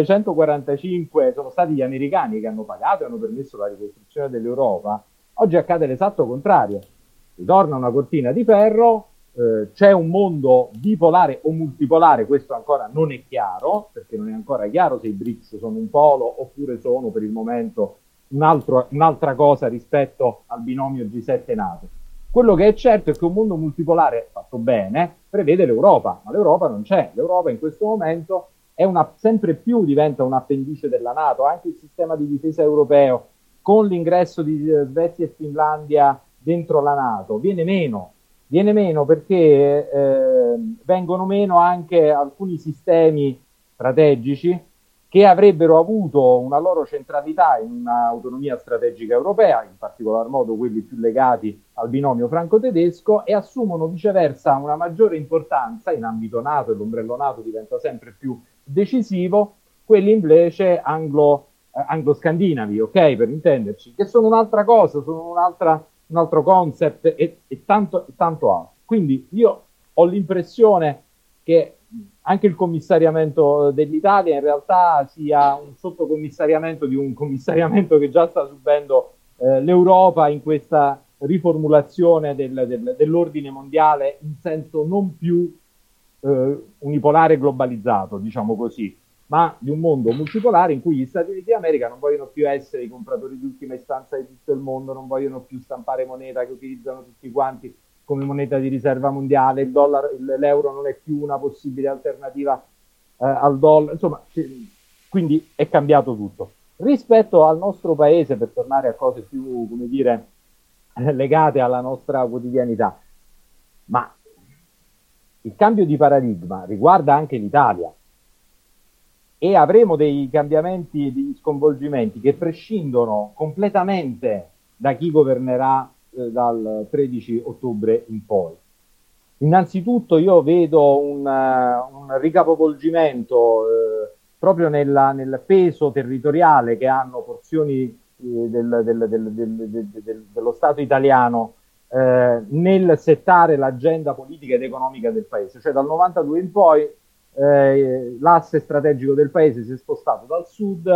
1945 sono stati gli americani che hanno pagato e hanno permesso la ricostruzione dell'Europa, oggi accade l'esatto contrario. Ritorna una cortina di ferro, c'è un mondo bipolare o multipolare, questo ancora non è chiaro, perché non è ancora chiaro se i BRICS sono un polo oppure sono per il momento un'altra cosa rispetto al binomio G7 NATO. Quello che è certo è che un mondo multipolare fatto bene prevede l'Europa, ma l'Europa non c'è. L'Europa in questo momento sempre più diventa un appendice della NATO. Anche il sistema di difesa europeo, con l'ingresso di Svezia e Finlandia dentro la NATO, viene meno perché vengono meno anche alcuni sistemi strategici che avrebbero avuto una loro centralità in un'autonomia strategica europea, in particolar modo quelli più legati al binomio franco-tedesco, e assumono viceversa una maggiore importanza in ambito NATO, e l'ombrello NATO diventa sempre più decisivo, quelli invece anglo-scandinavi, ok, per intenderci, che sono un'altra cosa, sono un altro concept e tanto altro. Quindi io ho l'impressione che anche il commissariamento dell'Italia in realtà sia un sottocommissariamento di un commissariamento che già sta subendo l'Europa in questa riformulazione dell'ordine mondiale in senso non più unipolare globalizzato, diciamo così, ma di un mondo multipolare in cui gli Stati Uniti d'America non vogliono più essere i compratori di ultima istanza di tutto il mondo, non vogliono più stampare moneta che utilizzano tutti quanti come moneta di riserva mondiale, l'euro non è più una possibile alternativa al dollaro, insomma, quindi è cambiato tutto. Rispetto al nostro paese, per tornare a cose più, come dire, legate alla nostra quotidianità, ma il cambio di paradigma riguarda anche l'Italia, e avremo dei cambiamenti, degli sconvolgimenti che prescindono completamente da chi governerà dal 13 ottobre in poi. Innanzitutto io vedo un ricapovolgimento proprio nel peso territoriale che hanno porzioni dello Stato italiano nel settare l'agenda politica ed economica del paese. Cioè dal 92 in poi l'asse strategico del paese si è spostato dal sud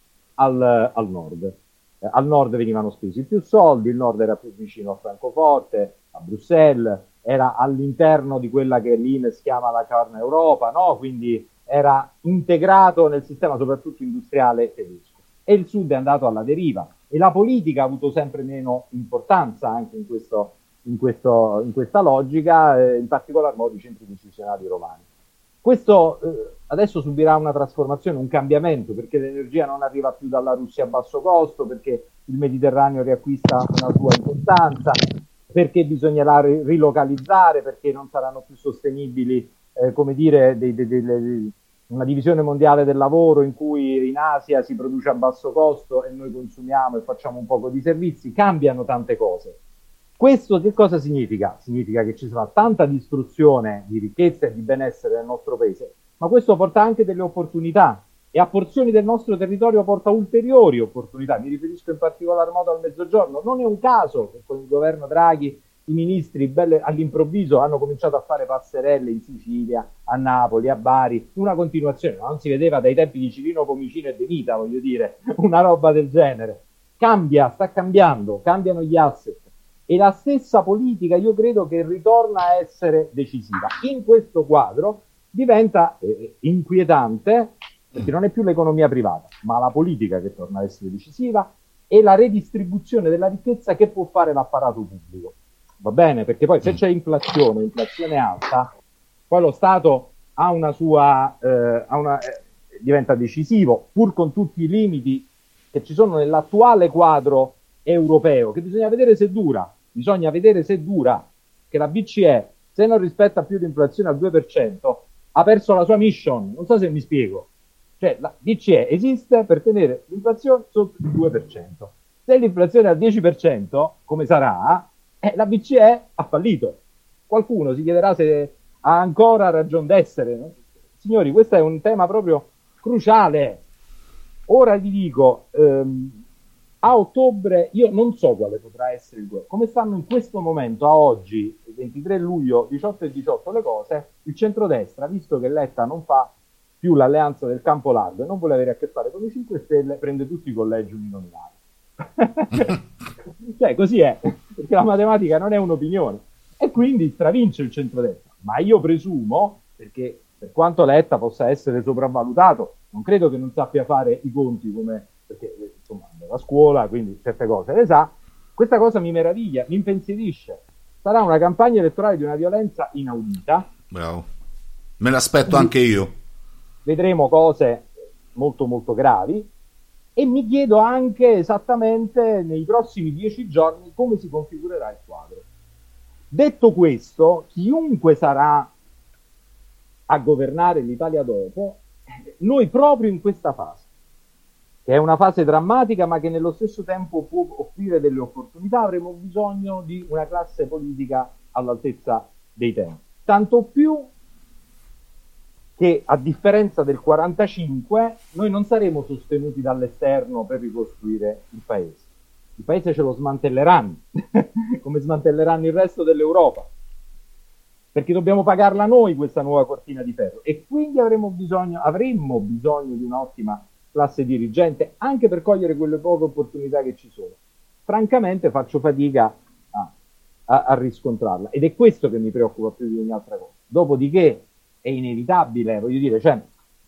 al nord. Al nord venivano spesi più soldi, il nord era più vicino a Francoforte, a Bruxelles, era all'interno di quella che l'Ines chiama la carne Europa, no? Quindi era integrato nel sistema soprattutto industriale tedesco. E il sud è andato alla deriva e la politica ha avuto sempre meno importanza anche in questa logica, in particolar modo i centri decisionali romani. Questo adesso subirà una trasformazione, un cambiamento, perché l'energia non arriva più dalla Russia a basso costo, perché il Mediterraneo riacquista una sua importanza, perché bisognerà rilocalizzare, perché non saranno più sostenibili, come dire, una divisione mondiale del lavoro in cui in Asia si produce a basso costo e noi consumiamo e facciamo un poco di servizi. Cambiano tante cose. Questo che cosa significa? Significa che ci sarà tanta distruzione di ricchezza e di benessere nel nostro paese, ma questo porta anche delle opportunità e a porzioni del nostro territorio porta ulteriori opportunità. Mi riferisco in particolar modo al Mezzogiorno. Non è un caso che con il governo Draghi i ministri all'improvviso hanno cominciato a fare passerelle in Sicilia, a Napoli, a Bari, una continuazione, non si vedeva dai tempi di Cirino Pomicino e De Mita, voglio dire, una roba del genere. Sta cambiando, cambiano gli asset. E la stessa politica io credo che ritorna a essere decisiva. In questo quadro diventa inquietante, perché non è più l'economia privata, ma la politica che torna a essere decisiva e la redistribuzione della ricchezza che può fare l'apparato pubblico. Va bene? Perché poi se c'è inflazione alta, poi lo Stato ha una sua diventa decisivo, pur con tutti i limiti che ci sono nell'attuale quadro europeo, che bisogna vedere se dura. Bisogna vedere se dura, che la BCE, se non rispetta più l'inflazione al 2%, ha perso la sua mission. Non so se mi spiego. Cioè, la BCE esiste per tenere l'inflazione sotto il 2%. Se l'inflazione è al 10%, come sarà, la BCE ha fallito. Qualcuno si chiederà se ha ancora ragion d'essere, no? Signori, questo è un tema proprio cruciale. Ora vi dico, a ottobre io non so quale potrà essere il governo. Come stanno in questo momento, a oggi, il 23 luglio, 18 e 18 le cose, il centrodestra, visto che Letta non fa più l'alleanza del campo largo e non vuole avere a che fare con i 5 Stelle, prende tutti i collegi uninominali. Cioè, così è, perché la matematica non è un'opinione. E quindi stravince il centrodestra. Ma io presumo, perché per quanto Letta possa essere sopravvalutato, non credo che non sappia fare i conti come... perché insomma andava a scuola, quindi certe cose le sa. Questa cosa mi meraviglia, mi impensierisce. Sarà una campagna elettorale di una violenza inaudita. Bravo, me l'aspetto anche io. Vedremo cose molto molto gravi e mi chiedo anche esattamente nei prossimi 10 giorni come si configurerà il quadro. Detto questo, chiunque sarà a governare l'Italia dopo, noi proprio in questa fase, che è una fase drammatica ma che nello stesso tempo può offrire delle opportunità, avremo bisogno di una classe politica all'altezza dei tempi. Tanto più che a differenza del 45 noi non saremo sostenuti dall'esterno per ricostruire il paese. Il paese ce lo smantelleranno, come smantelleranno il resto dell'Europa, perché dobbiamo pagarla noi questa nuova cortina di ferro e quindi avremmo bisogno di un'ottima classe dirigente anche per cogliere quelle poche opportunità che ci sono. Francamente faccio fatica a riscontrarla ed è questo che mi preoccupa più di ogni altra cosa. Dopodiché è inevitabile, voglio dire, cioè,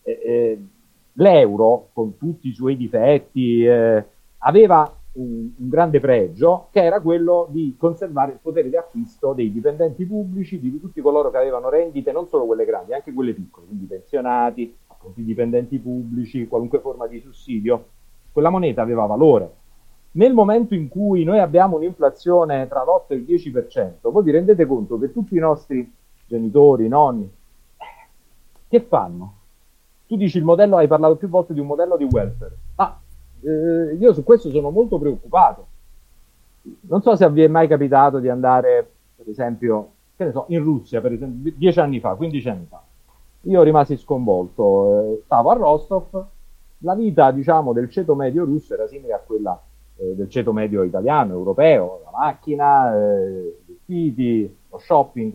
l'euro con tutti i suoi difetti aveva un grande pregio che era quello di conservare il potere di acquisto dei dipendenti pubblici, di tutti coloro che avevano rendite, non solo quelle grandi, anche quelle piccole, quindi pensionati, appunto i dipendenti pubblici, qualunque forma di sussidio. Quella moneta aveva valore. Nel momento in cui noi abbiamo un'inflazione tra l'8 e il 10%, voi vi rendete conto che tutti i nostri genitori, nonni, che fanno? tu dici il modello, hai parlato più volte di un modello di welfare, ma io su questo sono molto preoccupato. Non so se vi è mai capitato di andare, per esempio, che ne so, in Russia, per esempio, 10 anni fa, 15 anni fa. Io rimasi sconvolto, stavo a Rostov, la vita, diciamo, del ceto medio russo era simile a quella del ceto medio italiano, europeo, la macchina, i vestiti, lo shopping.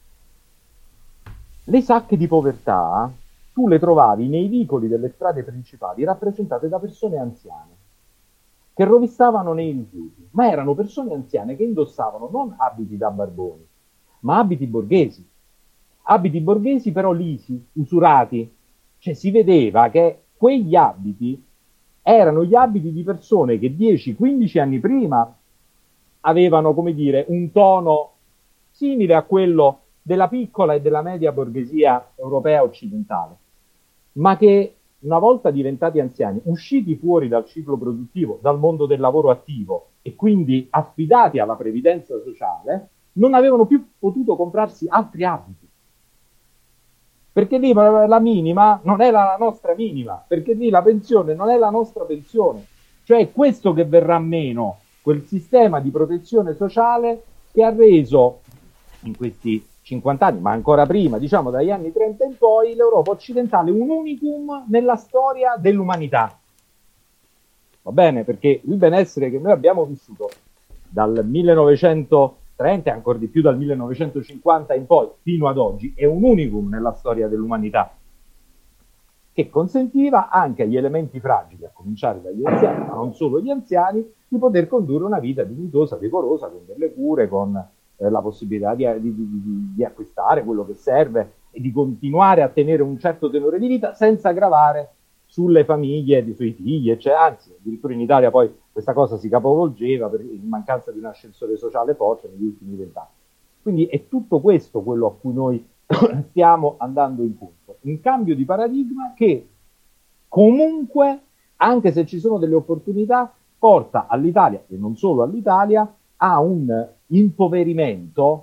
Le sacche di povertà tu le trovavi nei vicoli delle strade principali rappresentate da persone anziane che rovistavano nei rifiuti, ma erano persone anziane che indossavano non abiti da barboni, ma abiti borghesi però lisi, usurati. Cioè si vedeva che quegli abiti erano gli abiti di persone che 10-15 anni prima avevano, come dire, un tono simile a quello della piccola e della media borghesia europea occidentale, ma che una volta diventati anziani, usciti fuori dal ciclo produttivo, dal mondo del lavoro attivo e quindi affidati alla previdenza sociale, non avevano più potuto comprarsi altri abiti. Perché lì la minima non è la nostra minima, perché lì la pensione non è la nostra pensione. Cioè è questo che verrà meno, quel sistema di protezione sociale che ha reso in questi 50 anni, ma ancora prima, diciamo dagli anni 30 in poi, l'Europa occidentale un unicum nella storia dell'umanità. Va bene? Perché il benessere che noi abbiamo vissuto dal 1930 e ancora di più dal 1950 in poi fino ad oggi è un unicum nella storia dell'umanità, che consentiva anche agli elementi fragili, a cominciare dagli anziani, ma non solo gli anziani, di poter condurre una vita dignitosa, decorosa, con delle cure, con la possibilità di acquistare quello che serve e di continuare a tenere un certo tenore di vita senza gravare sulle famiglie sui figli, cioè, anzi, addirittura in Italia poi questa cosa si capovolgeva per in mancanza di un ascensore sociale forte negli ultimi 20 anni. Quindi è tutto questo quello a cui noi stiamo andando incontro, un cambio di paradigma che comunque, anche se ci sono delle opportunità, porta all'Italia, e non solo all'Italia, a un impoverimento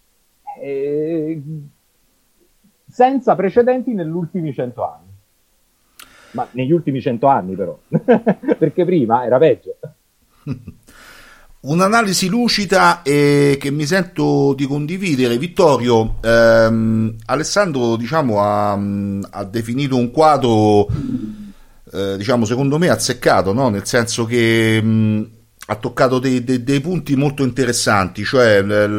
senza precedenti negli ultimi 100 anni. Ma negli ultimi 100 anni però, perché prima era peggio. Un'analisi lucida e che mi sento di condividere. Vittorio, Alessandro diciamo ha definito un quadro diciamo secondo me azzeccato, no? Nel senso che ha toccato dei punti molto interessanti, cioè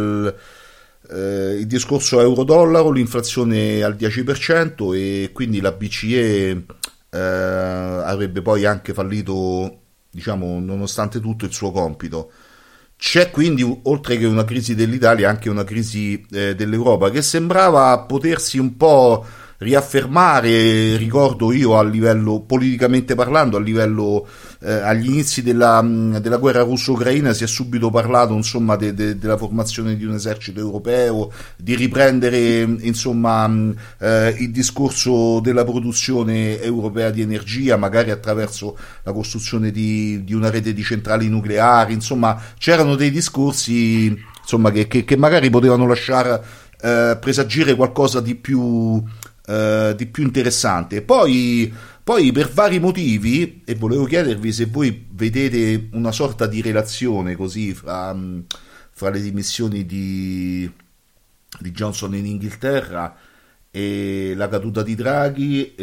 il discorso euro-dollaro, l'inflazione al 10% e quindi la BCE avrebbe poi anche fallito, diciamo, nonostante tutto il suo compito. C'è quindi, oltre che una crisi dell'Italia, anche una crisi dell'Europa che sembrava potersi un po' riaffermare, ricordo io, a livello politicamente parlando, a livello agli inizi della guerra russo-ucraina si è subito parlato insomma della formazione di un esercito europeo, di riprendere insomma il discorso della produzione europea di energia, magari attraverso la costruzione di una rete di centrali nucleari. Insomma c'erano dei discorsi insomma che magari potevano lasciare presagire qualcosa di più interessante. Poi per vari motivi, e volevo chiedervi se voi vedete una sorta di relazione così fra le dimissioni di Johnson in Inghilterra e la caduta di Draghi,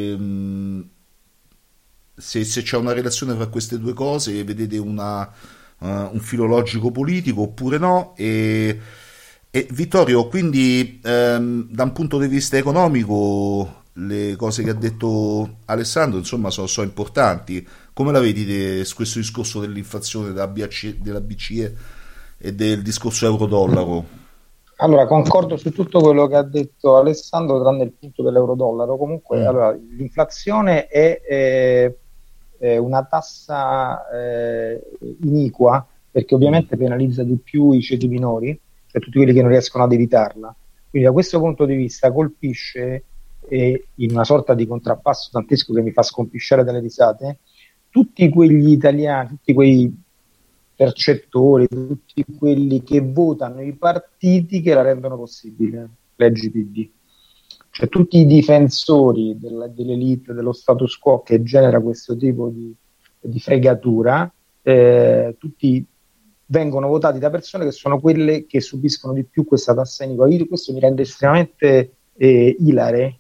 se c'è una relazione fra queste due cose, vedete un filo logico politico oppure no. E Vittorio, quindi da un punto di vista economico le cose che ha detto Alessandro insomma sono importanti. Come la vedi questo discorso dell'inflazione della BCE e del discorso euro-dollaro? Allora, concordo su tutto quello che ha detto Alessandro tranne il punto dell'euro-dollaro. Comunque allora, l'inflazione è una tassa iniqua, perché ovviamente penalizza di più i ceti minori, cioè tutti quelli che non riescono ad evitarla. Quindi da questo punto di vista colpisce, in una sorta di contrappasso dantesco che mi fa scompisciare dalle risate, tutti quegli italiani, tutti quei percettori, tutti quelli che votano i partiti che la rendono possibile, leggi PD. cioè tutti i difensori dell'elite, dello status quo che genera questo tipo di fregatura, tutti vengono votati da persone che sono quelle che subiscono di più questa tassa iniqua. Questo mi rende estremamente ilare,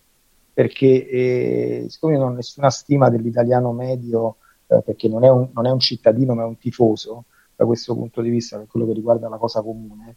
perché siccome io non ho nessuna stima dell'italiano medio, perché non è un cittadino ma è un tifoso da questo punto di vista, per quello che riguarda la cosa comune,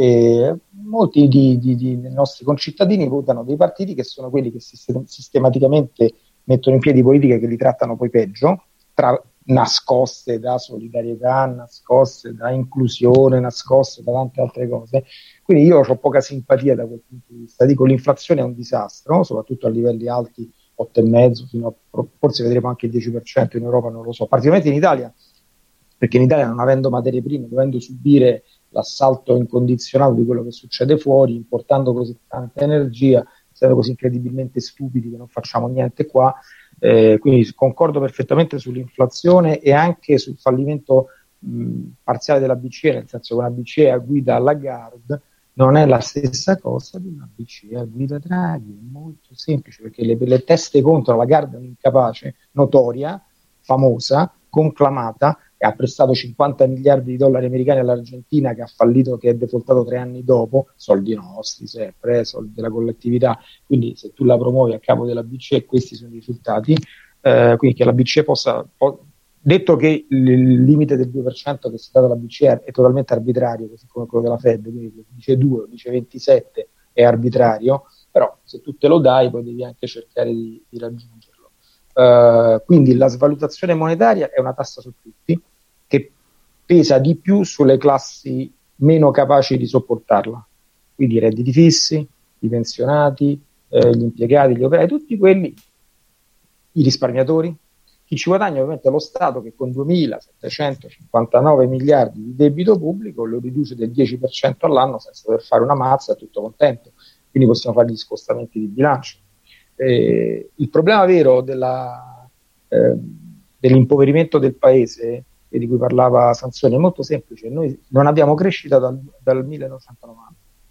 molti dei nostri concittadini votano dei partiti che sono quelli che sistematicamente mettono in piedi politiche che li trattano poi peggio, nascoste da solidarietà, nascoste da inclusione, nascoste da tante altre cose. Quindi io ho poca simpatia da quel punto di vista. Dico, l'inflazione è un disastro, soprattutto a livelli alti, 8,5, forse vedremo anche il 10% in Europa, non lo so, particolarmente in Italia, perché in Italia, non avendo materie prime, dovendo subire l'assalto incondizionato di quello che succede fuori, importando così tanta energia, siamo così incredibilmente stupidi che non facciamo niente qua. Quindi concordo perfettamente sull'inflazione e anche sul fallimento parziale della BCE, nel senso che una BCE a guida Lagarde non è la stessa cosa di una BCE a guida Draghi, è molto semplice, perché le teste contro Lagarde è un'incapace notoria, famosa, conclamata, che ha prestato 50 miliardi di dollari americani all'Argentina, che ha fallito, che è defaultato 3 anni dopo, soldi nostri sempre, soldi della collettività. Quindi se tu la promuovi a capo della BCE, questi sono i risultati. Quindi che la BCE detto che il limite del 2% che si dà dalla BCE è totalmente arbitrario, così come quello della Fed, quindi dice 2 o dice 27 è arbitrario, però se tu te lo dai poi devi anche cercare di raggiungerlo. Quindi la svalutazione monetaria è una tassa su tutti, che pesa di più sulle classi meno capaci di sopportarla, quindi i redditi fissi, i pensionati, gli impiegati, gli operai, tutti quelli, i risparmiatori. Chi ci guadagna ovviamente è lo Stato, che con 2.759 miliardi di debito pubblico lo riduce del 10% all'anno senza dover fare una mazza, è tutto contento, quindi possiamo fare gli scostamenti di bilancio. Il problema vero dell'impoverimento del paese, di cui parlava Sansoni, è molto semplice. Noi non abbiamo crescita dal 1990.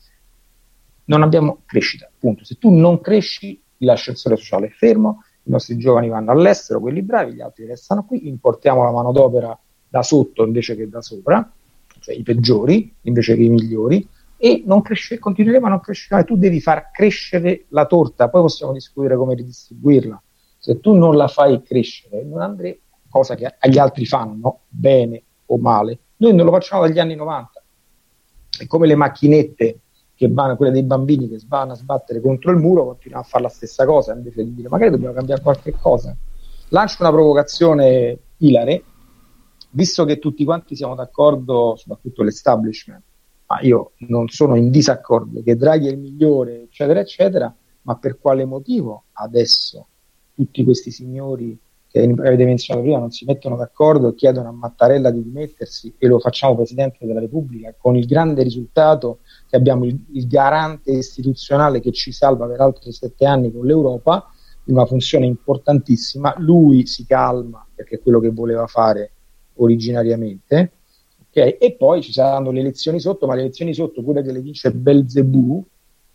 Non abbiamo crescita, punto. Se tu non cresci, l'ascensore sociale è fermo, i nostri giovani vanno all'estero, quelli bravi, gli altri restano qui, importiamo la manodopera da sotto invece che da sopra, cioè i peggiori invece che i migliori, e continueremo a non crescere. Tu devi far crescere la torta, poi possiamo discutere come ridistribuirla. Se tu non la fai crescere, non andremo, cosa che agli altri fanno, bene o male. Noi non lo facciamo dagli anni 90. È come le macchinette che vanno, quelle dei bambini che vanno a sbattere contro il muro, continuiamo a fare la stessa cosa, invece di dire magari dobbiamo cambiare qualche cosa. Lancio una provocazione ilare, visto che tutti quanti siamo d'accordo, soprattutto l'establishment, ma io non sono in disaccordo che Draghi è il migliore, eccetera, eccetera, ma per quale motivo adesso tutti questi signori che avete menzionato prima non si mettono d'accordo e chiedono a Mattarella di dimettersi e lo facciamo Presidente della Repubblica, con il grande risultato che abbiamo il garante istituzionale che ci salva per altri 7 anni con l'Europa, in una funzione importantissima. Lui si calma perché è quello che voleva fare originariamente, okay? E poi ci saranno le elezioni sotto, ma le elezioni sotto, pure che le vince Belzebù,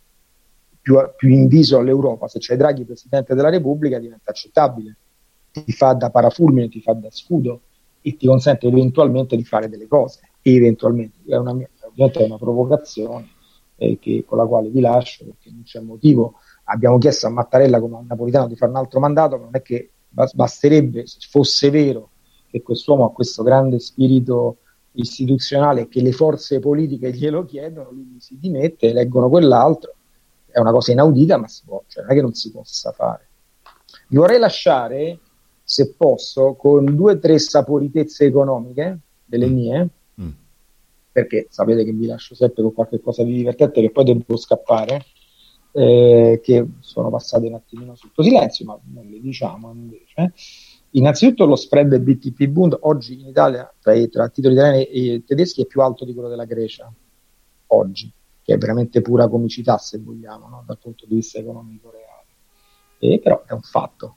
più inviso all'Europa, se c'è Draghi Presidente della Repubblica diventa accettabile, ti fa da parafulmine, ti fa da scudo e ti consente eventualmente di fare delle cose, eventualmente. Ovviamente è una provocazione con la quale vi lascio, perché non c'è motivo. Abbiamo chiesto a Mattarella come a Napolitano di fare un altro mandato, ma non è che basterebbe, se fosse vero che quest'uomo ha questo grande spirito istituzionale, che le forze politiche glielo chiedono, lui si dimette, eleggono quell'altro. È una cosa inaudita, ma si può, cioè non è che non si possa fare. Vi vorrei lasciare, se posso, con 2 o 3 saporitezze economiche delle mie, perché sapete che vi lascio sempre con qualche cosa di divertente che poi devo scappare, che sono passate un attimino sotto silenzio, ma non le diciamo invece. Innanzitutto lo spread del BTP Bund oggi in Italia tra titoli italiani e tedeschi è più alto di quello della Grecia oggi, che è veramente pura comicità, se vogliamo, no? Dal punto di vista economico reale, però è un fatto.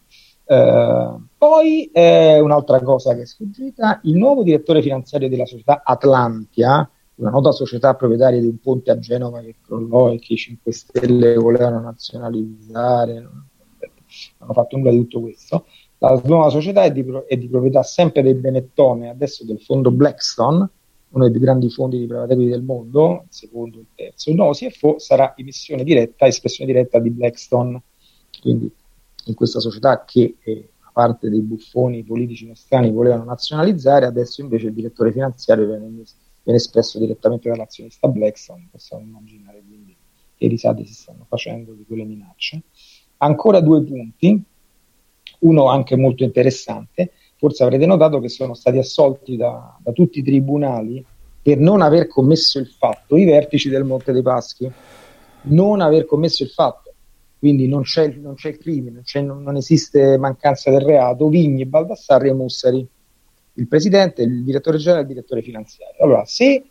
Poi un'altra cosa che è sfuggita: il nuovo direttore finanziario della società Atlantia, una nota società proprietaria di un ponte a Genova che crollò e che i 5 Stelle volevano nazionalizzare, non hanno fatto nulla di tutto questo. La nuova società è di proprietà sempre dei Benetton e adesso del fondo Blackstone, uno dei più grandi fondi di private equity del mondo, il secondo e il terzo. Il nuovo CFO sarà espressione diretta di Blackstone, quindi in questa società che a parte dei buffoni politici nostrani volevano nazionalizzare, adesso invece il direttore finanziario viene espresso direttamente dall'azionista Blackstone. Possiamo immaginare quindi che risate si stanno facendo di quelle minacce. Ancora 2 punti, uno anche molto interessante. Forse avrete notato che sono stati assolti da tutti i tribunali per non aver commesso il fatto i vertici del Monte dei Paschi, non aver commesso il fatto, quindi non c'è il crimine, non esiste mancanza del reato. Vigni, Baldassarri e Mussari, il presidente, il direttore generale e il direttore finanziario. Allora,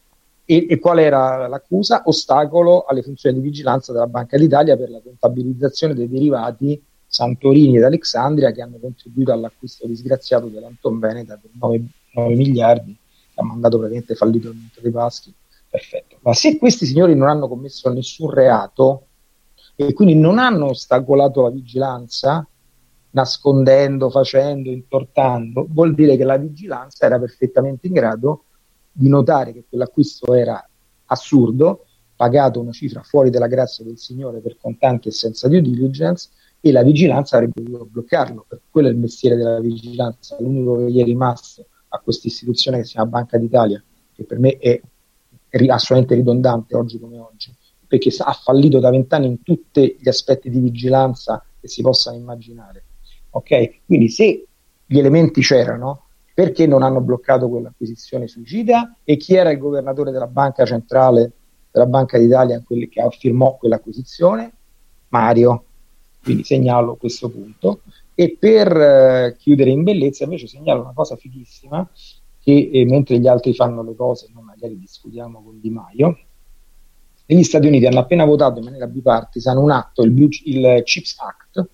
e qual era l'accusa? Ostacolo alle funzioni di vigilanza della Banca d'Italia per la contabilizzazione dei derivati Santorini ed Alexandria, che hanno contribuito all'acquisto disgraziato dell'Anton Veneta per 9 miliardi, che ha mandato praticamente fallito il Monte dei Paschi. Perfetto. Ma se questi signori non hanno commesso nessun reato e quindi non hanno ostacolato la vigilanza, nascondendo, facendo, intortando, vuol dire che la vigilanza era perfettamente in grado di notare che quell'acquisto era assurdo, pagato una cifra fuori dalla grazia del Signore per contanti e senza due diligence, e la vigilanza avrebbe dovuto bloccarlo, perché quello è il mestiere della vigilanza. L'unico che gli è rimasto a questa istituzione che si chiama Banca d'Italia, che per me è assolutamente ridondante oggi come oggi, perché ha fallito da 20 anni in tutti gli aspetti di vigilanza che si possano immaginare. Ok? Quindi se gli elementi c'erano, perché non hanno bloccato quell'acquisizione suicida? E chi era il governatore della banca centrale della Banca d'Italia, quelli che firmò quell'acquisizione? Mario. Quindi segnalo questo punto. E per chiudere in bellezza invece segnalo una cosa fighissima, che mentre gli altri fanno le cose noi magari discutiamo con Di Maio. Negli Stati Uniti hanno appena votato in maniera bipartisan un atto, il CHIPS Act,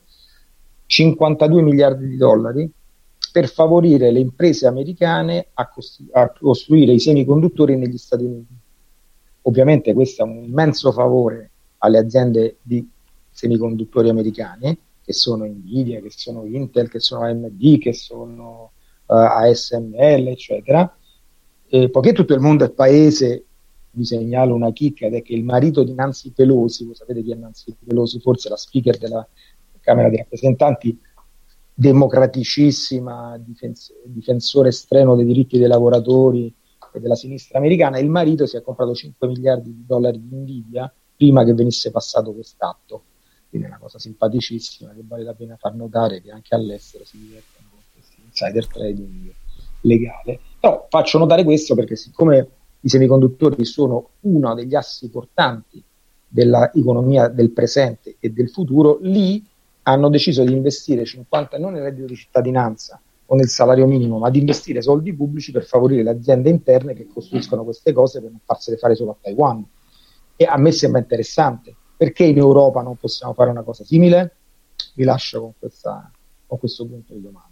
52 miliardi di dollari per favorire le imprese americane a costruire i semiconduttori negli Stati Uniti. Ovviamente questo è un immenso favore alle aziende di semiconduttori americane, che sono Nvidia, che sono Intel, che sono AMD, che sono ASML, eccetera. Poiché tutto il mondo è paese, vi segnalo una chicca, ed è che il marito di Nancy Pelosi, voi sapete chi è Nancy Pelosi, forse la speaker della Camera dei rappresentanti, democraticissima, difensore estremo dei diritti dei lavoratori e della sinistra americana. Il marito si è comprato 5 miliardi di dollari di Nvidia prima che venisse passato quest'atto. Quindi è una cosa simpaticissima che vale la pena far notare, che anche all'estero si divertono con questo insider trading legale. Però faccio notare questo perché siccome i semiconduttori sono uno degli assi portanti dell'economia del presente e del futuro, lì hanno deciso di investire 50, non nel reddito di cittadinanza o nel salario minimo, ma di investire soldi pubblici per favorire le aziende interne che costruiscono queste cose per non farsele fare solo a Taiwan. E a me sembra interessante. Perché in Europa non possiamo fare una cosa simile? Vi lascio con questo punto di domanda.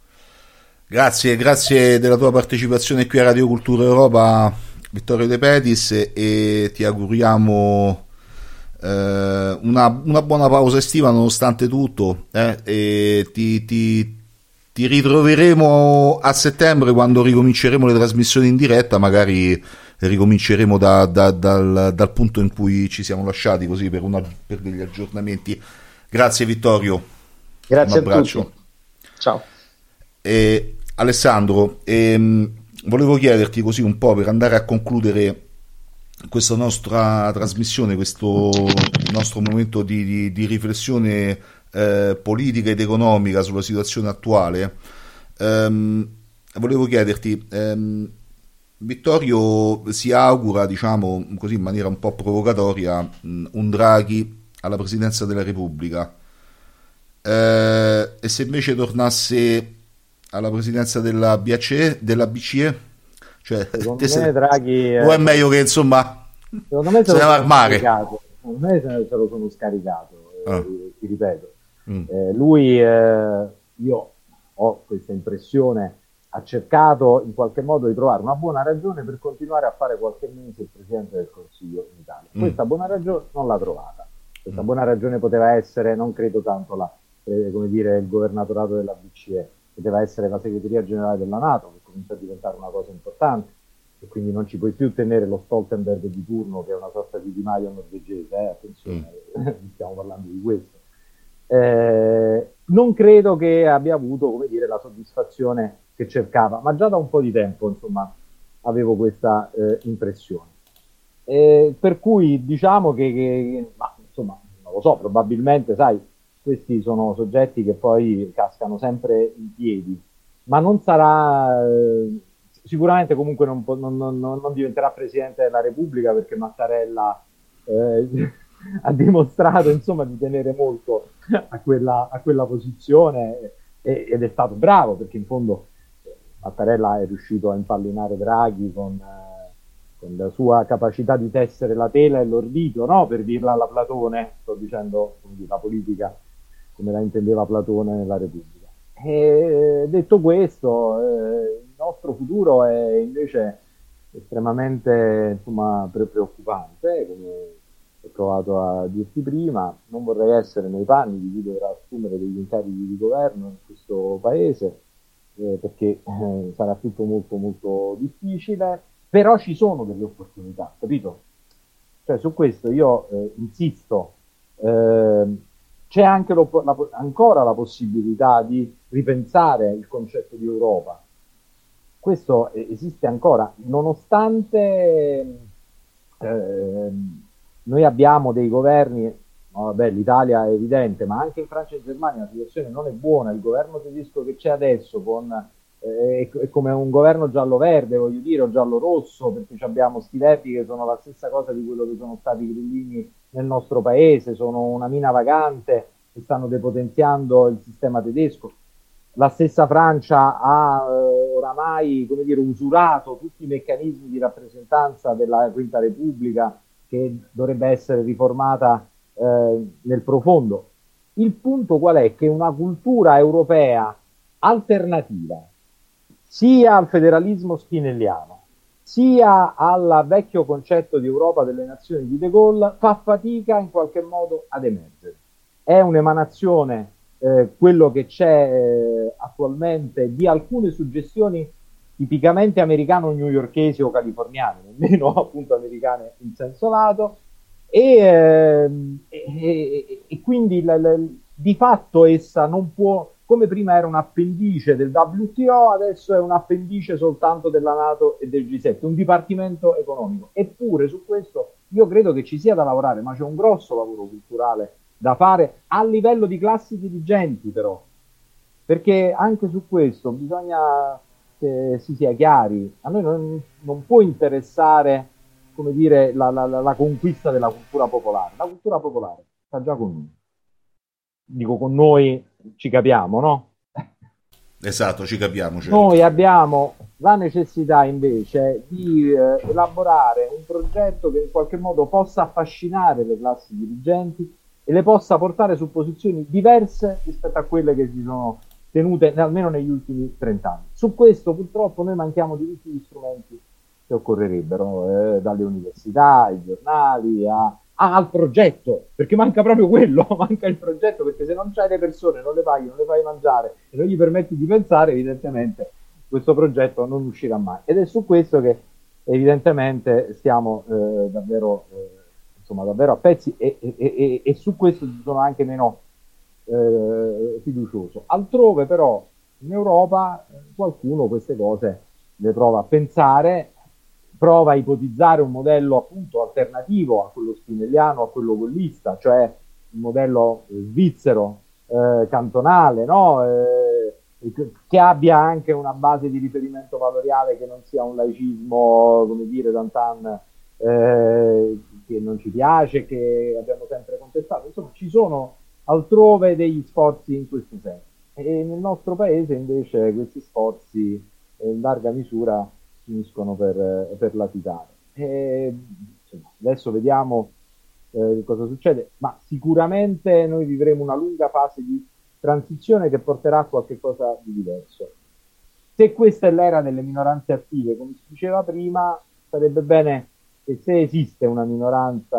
Grazie della tua partecipazione qui a Radio Cultura Europa, Vittorio De Pedis, e ti auguriamo una buona pausa estiva nonostante tutto, e ti ritroveremo a settembre quando ricominceremo le trasmissioni in diretta, magari ricominceremo dal punto in cui ci siamo lasciati, così per degli aggiornamenti. Grazie Vittorio, grazie un abbraccio. A tutti. Ciao. Alessandro, volevo chiederti così un po' per andare a concludere questa nostra trasmissione, questo nostro momento di riflessione politica ed economica sulla situazione attuale. Volevo chiederti, Vittorio si augura, diciamo così in maniera un po' provocatoria, un Draghi alla presidenza della Repubblica, e se invece tornasse alla presidenza della BCE, cioè secondo me Draghi o è meglio che insomma secondo me se ne va al mare. Secondo me se lo sono scaricato, ti ripeto. Lui, io ho questa impressione, ha cercato in qualche modo di trovare una buona ragione per continuare a fare qualche mese il Presidente del Consiglio in Italia. Questa buona ragione non l'ha trovata. Questa buona ragione poteva essere, non credo tanto come dire, il governatorato della BCE, poteva essere la segreteria generale della NATO, che comincia a diventare una cosa importante, e quindi non ci puoi più tenere lo Stoltenberg di turno, che è una sorta di Di Maio norvegese, attenzione, stiamo parlando di questo. Non credo che abbia avuto, come dire, la soddisfazione che cercava, ma già da un po' di tempo, insomma, avevo questa impressione. Per cui diciamo ma, insomma, non lo so, probabilmente, sai, questi sono soggetti che poi cascano sempre in piedi, ma non sarà, sicuramente comunque non diventerà Presidente della Repubblica, perché Mattarella ha dimostrato, insomma, di tenere molto a quella posizione, ed è stato bravo, perché in fondo Mattarella è riuscito a impallinare Draghi con la sua capacità di tessere la tela e l'ordito, no? Per dirla alla Platone, sto dicendo la politica come la intendeva Platone nella Repubblica. E detto questo, il nostro futuro è invece estremamente, insomma, preoccupante, come ho provato a dirti prima. Non vorrei essere nei panni di chi dovrà assumere degli incarichi di governo in questo paese, perché sarà tutto molto molto difficile, però ci sono delle opportunità, capito? Cioè, su questo io insisto, c'è anche ancora la possibilità di ripensare il concetto di Europa. Questo esiste ancora, nonostante noi abbiamo dei governi, vabbè, l'Italia è evidente, ma anche in Francia e in Germania la situazione non è buona. Il governo tedesco che c'è adesso è come un governo giallo-verde, voglio dire, o giallo-rosso, perché abbiamo sti verdi che sono la stessa cosa di quello che sono stati i grillini nel nostro paese, sono una mina vagante e stanno depotenziando il sistema tedesco. La stessa Francia ha oramai, come dire, usurato tutti i meccanismi di rappresentanza della Quinta Repubblica, che dovrebbe essere riformata nel profondo. Il punto qual è? Che una cultura europea alternativa sia al federalismo spinelliano sia al vecchio concetto di Europa delle nazioni di De Gaulle fa fatica in qualche modo ad emergere. È un'emanazione, quello che c'è attualmente, di alcune suggestioni tipicamente americano-newyorkesi o californiane, nemmeno appunto americane in senso lato, e quindi di fatto essa non può, come prima era un appendice del WTO, adesso è un appendice soltanto della NATO e del G7, un dipartimento economico. Eppure su questo io credo che ci sia da lavorare, ma c'è un grosso lavoro culturale da fare a livello di classi dirigenti, però, perché anche su questo bisogna che si sia chiari. A noi non può interessare, come dire, la conquista della cultura popolare. La cultura popolare sta già con noi. Dico, con noi ci capiamo, no? Esatto, ci capiamo. Certo. Noi abbiamo la necessità invece di elaborare un progetto che in qualche modo possa affascinare le classi dirigenti e le possa portare su posizioni diverse rispetto a quelle che si sono tenute almeno negli ultimi 30 anni. Su questo purtroppo noi manchiamo di tutti gli strumenti che occorrerebbero, dalle università, ai giornali, al progetto, perché manca proprio quello, manca il progetto, perché se non c'hai le persone, non le paghi, non le fai mangiare e non gli permetti di pensare, evidentemente questo progetto non uscirà mai. Ed è su questo che evidentemente stiamo davvero a pezzi, e su questo sono anche meno fiducioso. Altrove però in Europa qualcuno queste cose le prova a pensare, prova a ipotizzare un modello appunto alternativo a quello spinelliano, a quello gollista, cioè un modello svizzero, cantonale, no? Che abbia anche una base di riferimento valoriale, che non sia un laicismo, come dire, d'antan, che non ci piace, che abbiamo sempre contestato. Insomma, ci sono altrove degli sforzi in questo senso, e nel nostro paese invece questi sforzi in larga misura finiscono per latitare. Insomma, adesso vediamo cosa succede, ma sicuramente noi vivremo una lunga fase di transizione che porterà a qualche cosa di diverso. se questa è l'era delle minoranze attive, come si diceva prima, sarebbe bene che se esiste una minoranza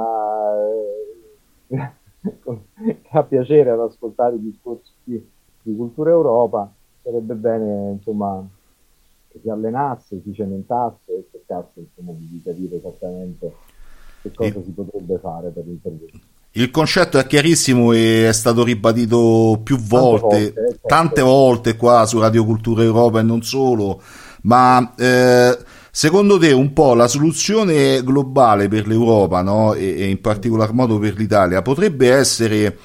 che ha piacere ad ascoltare i discorsi di Cultura Europa, sarebbe bene, insomma, che si allenasse, si cementasse e cercasse, insomma, di capire esattamente che cosa si potrebbe fare per intervenire. Il concetto è chiarissimo e è stato ribadito più volte, tante volte qua su Radio Cultura Europa e non solo, ma secondo te un po' la soluzione globale per l'Europa, no? E in particolar modo per l'Italia potrebbe essere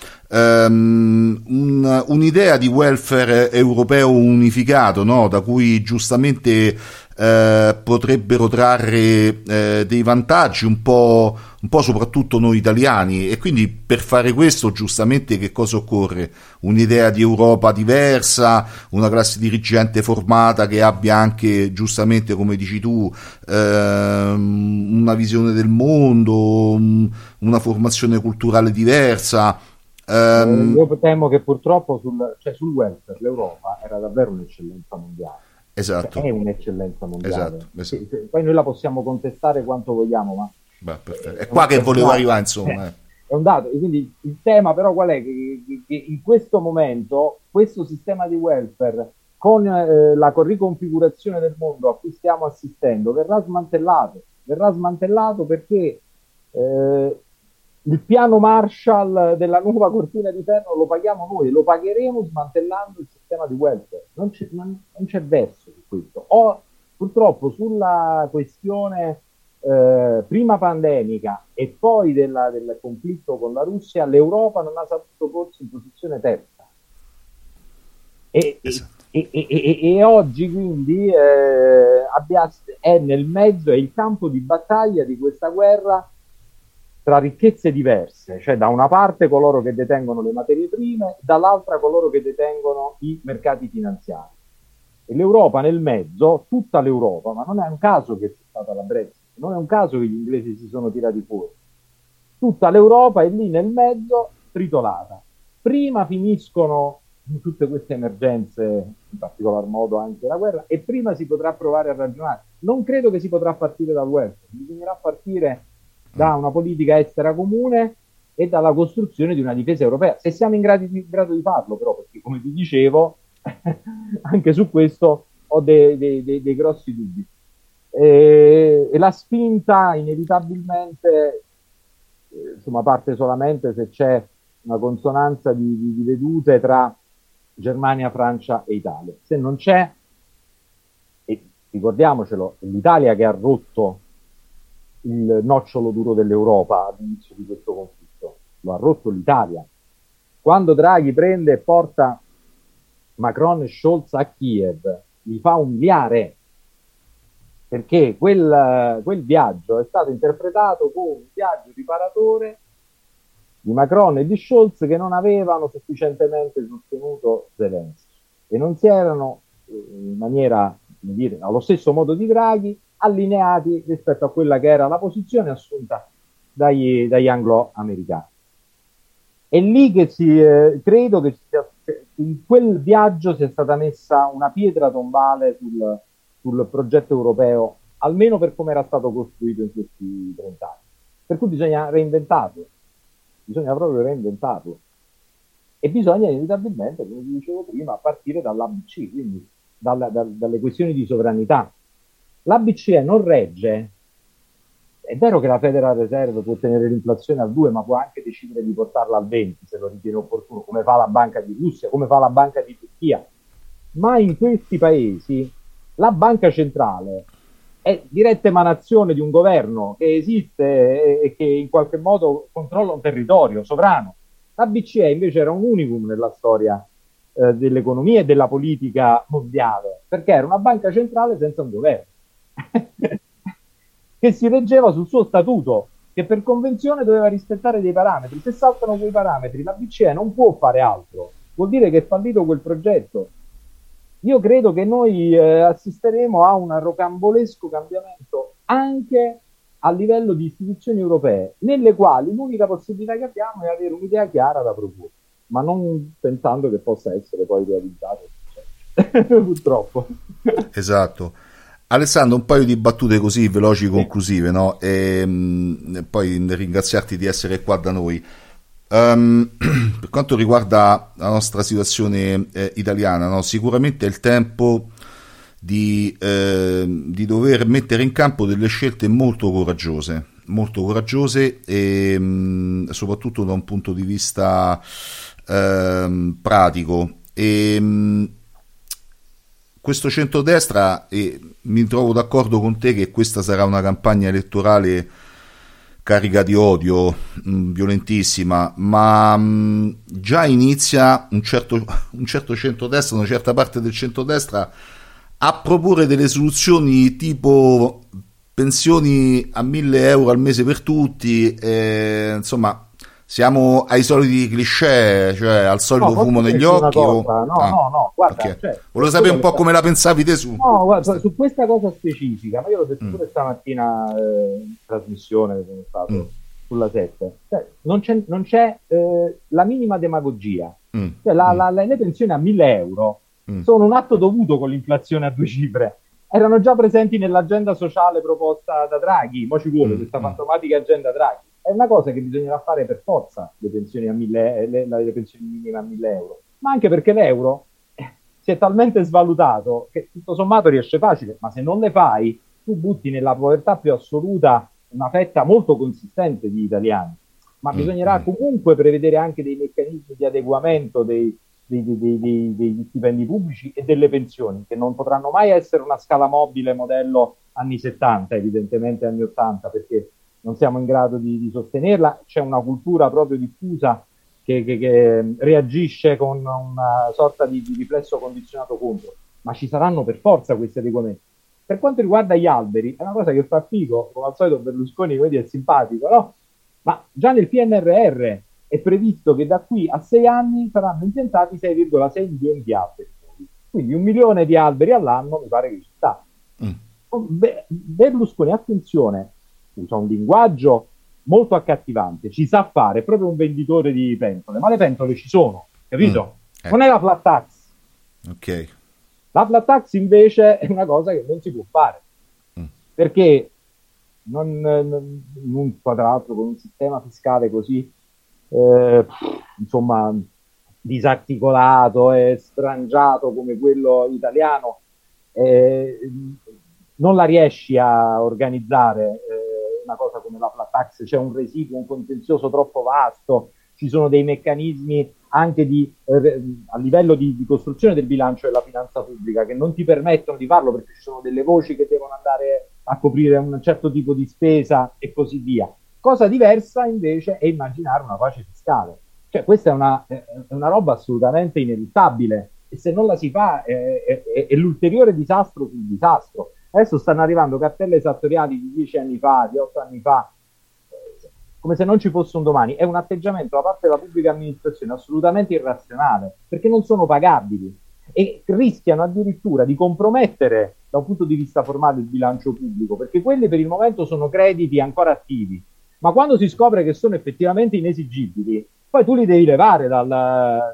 un'idea di welfare europeo unificato, no? Da cui giustamente potrebbero trarre dei vantaggi un po' soprattutto noi italiani, e quindi per fare questo giustamente che cosa occorre? Un'idea di Europa diversa, una classe dirigente formata che abbia anche, giustamente come dici tu, una visione del mondo, una formazione culturale diversa. Io temo che purtroppo sul welfare l'Europa era davvero un'eccellenza mondiale. Esatto. Cioè, è un'eccellenza mondiale. Esatto. Poi noi la possiamo contestare quanto vogliamo, ma è qua che volevo arrivare, insomma. È un dato. E quindi il tema però qual è? Che in questo momento questo sistema di welfare con la riconfigurazione del mondo a cui stiamo assistendo verrà smantellato perché il piano Marshall della nuova cortina di ferro lo paghiamo noi, lo pagheremo smantellando il sistema di welfare. Non c'è verso su questo. Purtroppo sulla questione prima pandemica e poi del conflitto con la Russia, l'Europa non ha saputo porsi in posizione terza. E oggi quindi è nel mezzo, è il campo di battaglia di questa guerra tra ricchezze diverse, cioè da una parte coloro che detengono le materie prime, dall'altra coloro che detengono i mercati finanziari. E l'Europa nel mezzo, tutta l'Europa, ma non è un caso che c'è stata la Brexit, non è un caso che gli inglesi si sono tirati fuori. Tutta l'Europa è lì nel mezzo, tritolata. Prima finiscono tutte queste emergenze, in particolar modo anche la guerra, e prima si potrà provare a ragionare. Non credo che si potrà partire dal welfare, bisognerà partire da una politica estera comune e dalla costruzione di una difesa europea, se siamo in grado di farlo, però, perché come ti dicevo anche su questo ho dei grossi dubbi, e la spinta inevitabilmente insomma parte solamente se c'è una consonanza di vedute tra Germania, Francia e Italia. Se non c'è, e ricordiamocelo, è l'Italia che ha rotto il nocciolo duro dell'Europa all'inizio di questo conflitto, lo ha rotto l'Italia. Quando Draghi prende e porta Macron e Scholz a Kiev, li fa umiliare, perché quel viaggio è stato interpretato come un viaggio riparatore di Macron e di Scholz che non avevano sufficientemente sostenuto Zelensky e non si erano in maniera, come dire, allo stesso modo di Draghi, allineati rispetto a quella che era la posizione assunta dagli anglo-americani. È lì che credo che in quel viaggio sia stata messa una pietra tombale sul progetto europeo, almeno per come era stato costruito in questi 30 anni. Per cui bisogna reinventarlo, bisogna proprio reinventarlo. E bisogna inevitabilmente, come vi dicevo prima, partire dall'ABC, quindi dalle questioni di sovranità. La BCE non regge, è vero che la Federal Reserve può tenere l'inflazione al 2, ma può anche decidere di portarla al 20 se lo ritiene opportuno, come fa la Banca di Russia, come fa la Banca di Turchia. Ma in questi paesi la banca centrale è diretta emanazione di un governo che esiste e che in qualche modo controlla un territorio sovrano. La BCE invece era un unicum nella storia dell'economia e della politica mondiale, perché era una banca centrale senza un governo. che si reggeva sul suo statuto, che per convenzione doveva rispettare dei parametri. Se saltano quei parametri, la BCE non può fare altro, vuol dire che è fallito quel progetto. Io credo che noi assisteremo a un rocambolesco cambiamento anche a livello di istituzioni europee, nelle quali l'unica possibilità che abbiamo è avere un'idea chiara da proporre, ma non pensando che possa essere poi realizzato. purtroppo. Esatto. Alessandro, un paio di battute così veloci, conclusive, no? E poi ringraziarti di essere qua da noi. Per quanto riguarda la nostra situazione italiana, no? Sicuramente è il tempo di dover mettere in campo delle scelte molto coraggiose e soprattutto da un punto di vista pratico. Questo centrodestra, e mi trovo d'accordo con te che questa sarà una campagna elettorale carica di odio, violentissima, ma già inizia un certo centrodestra, una certa parte del centrodestra a proporre delle soluzioni tipo pensioni a 1.000 euro al mese per tutti, insomma siamo ai soliti cliché, cioè al solito fumo negli occhi. No, guarda, okay. Cioè, volevo sapere un po' come la pensavi te su. No, guarda, su questa cosa specifica, ma io l'ho detto pure stamattina in trasmissione che sono stato sulla 7, cioè, non c'è la minima demagogia. Cioè, le pensioni a 1.000 euro sono un atto dovuto con l'inflazione a 2 cifre. Erano già presenti nell'agenda sociale proposta da Draghi, mo ci vuole questa fantomatica agenda Draghi. È una cosa che bisognerà fare per forza, le pensioni a 1.000, le pensioni minime a 1.000 euro, ma anche perché l'euro si è talmente svalutato che tutto sommato riesce facile, ma se non le fai, tu butti nella povertà più assoluta una fetta molto consistente di italiani. Ma bisognerà comunque prevedere anche dei meccanismi di adeguamento degli stipendi pubblici e delle pensioni, che non potranno mai essere una scala mobile modello anni 70, evidentemente anni 80, perché non siamo in grado di sostenerla. C'è una cultura proprio diffusa che reagisce con una sorta di riflesso condizionato contro, ma ci saranno per forza questi adeguamenti. Per quanto riguarda gli alberi, è una cosa che fa figo, come al solito Berlusconi, quindi è simpatico, no? Ma già nel PNRR è previsto che da qui a 6 anni saranno impiantati 6,6 milioni di alberi. Quindi 1 milione di alberi all'anno mi pare che ci sta. Berlusconi, attenzione, usa un linguaggio molto accattivante, ci sa fare, è proprio un venditore di pentole, ma le pentole ci sono, capito? Non è la flat tax. Ok. La flat tax invece è una cosa che non si può fare, perché tra l'altro con un sistema fiscale così insomma disarticolato e sfrangiato come quello italiano, non la riesci a organizzare una cosa come la flat tax. C'è un residuo, un contenzioso troppo vasto, ci sono dei meccanismi anche a livello di costruzione del bilancio della finanza pubblica che non ti permettono di farlo, perché ci sono delle voci che devono andare a coprire un certo tipo di spesa e così via. Cosa diversa invece è immaginare una pace fiscale. Cioè, questa è una roba assolutamente ineluttabile, e se non la si fa è l'ulteriore disastro sul disastro. Adesso stanno arrivando cartelle esattoriali di 10 anni fa, di 8 anni fa, come se non ci fosse un domani. È un atteggiamento da parte della pubblica amministrazione assolutamente irrazionale, perché non sono pagabili e rischiano addirittura di compromettere da un punto di vista formale il bilancio pubblico, perché quelli per il momento sono crediti ancora attivi, ma quando si scopre che sono effettivamente inesigibili, poi tu li devi levare dal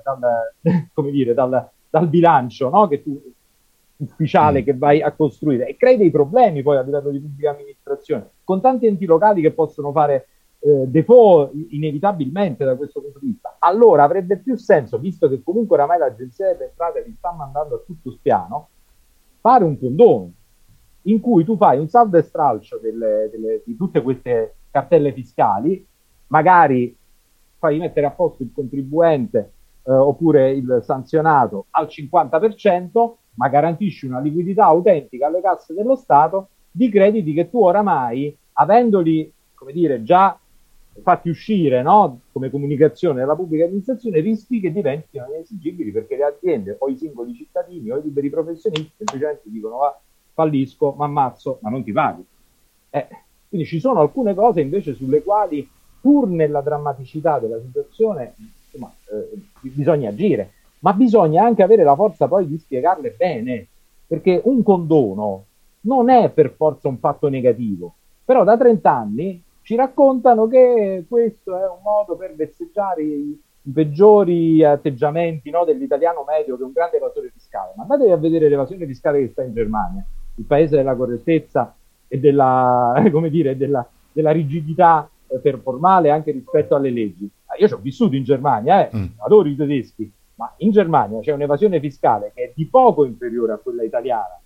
bilancio, no? Che tu ufficiale che vai a costruire, e crei dei problemi poi a livello di pubblica amministrazione, con tanti enti locali che possono fare default inevitabilmente da questo punto di vista. Allora avrebbe più senso, visto che comunque oramai l'Agenzia delle Entrate li sta mandando a tutto spiano, fare un condono in cui tu fai un saldo e stralcio di tutte queste cartelle fiscali, magari fai mettere a posto il contribuente oppure il sanzionato al 50%, ma garantisci una liquidità autentica alle casse dello Stato di crediti che tu oramai, avendoli, come dire, già fatti uscire, no, come comunicazione della pubblica amministrazione, rischi che diventino inesigibili, perché le aziende o i singoli cittadini o i liberi professionisti semplicemente dicono fallisco, ma ammazzo, ma non ti paghi. Quindi ci sono alcune cose invece sulle quali, pur nella drammaticità della situazione, insomma, bisogna agire, ma bisogna anche avere la forza poi di spiegarle bene, perché un condono non è per forza un fatto negativo, però da 30 anni ci raccontano che questo è un modo per vezzeggiare i peggiori atteggiamenti, no, dell'italiano medio che è un grande evasore fiscale, ma andatevi a vedere l'evasione fiscale che sta in Germania, il paese della correttezza e della, come dire, della rigidità formale anche rispetto alle leggi. Io ci ho vissuto in Germania, adoro i tedeschi, ma in Germania c'è un'evasione fiscale che è di poco inferiore a quella italiana,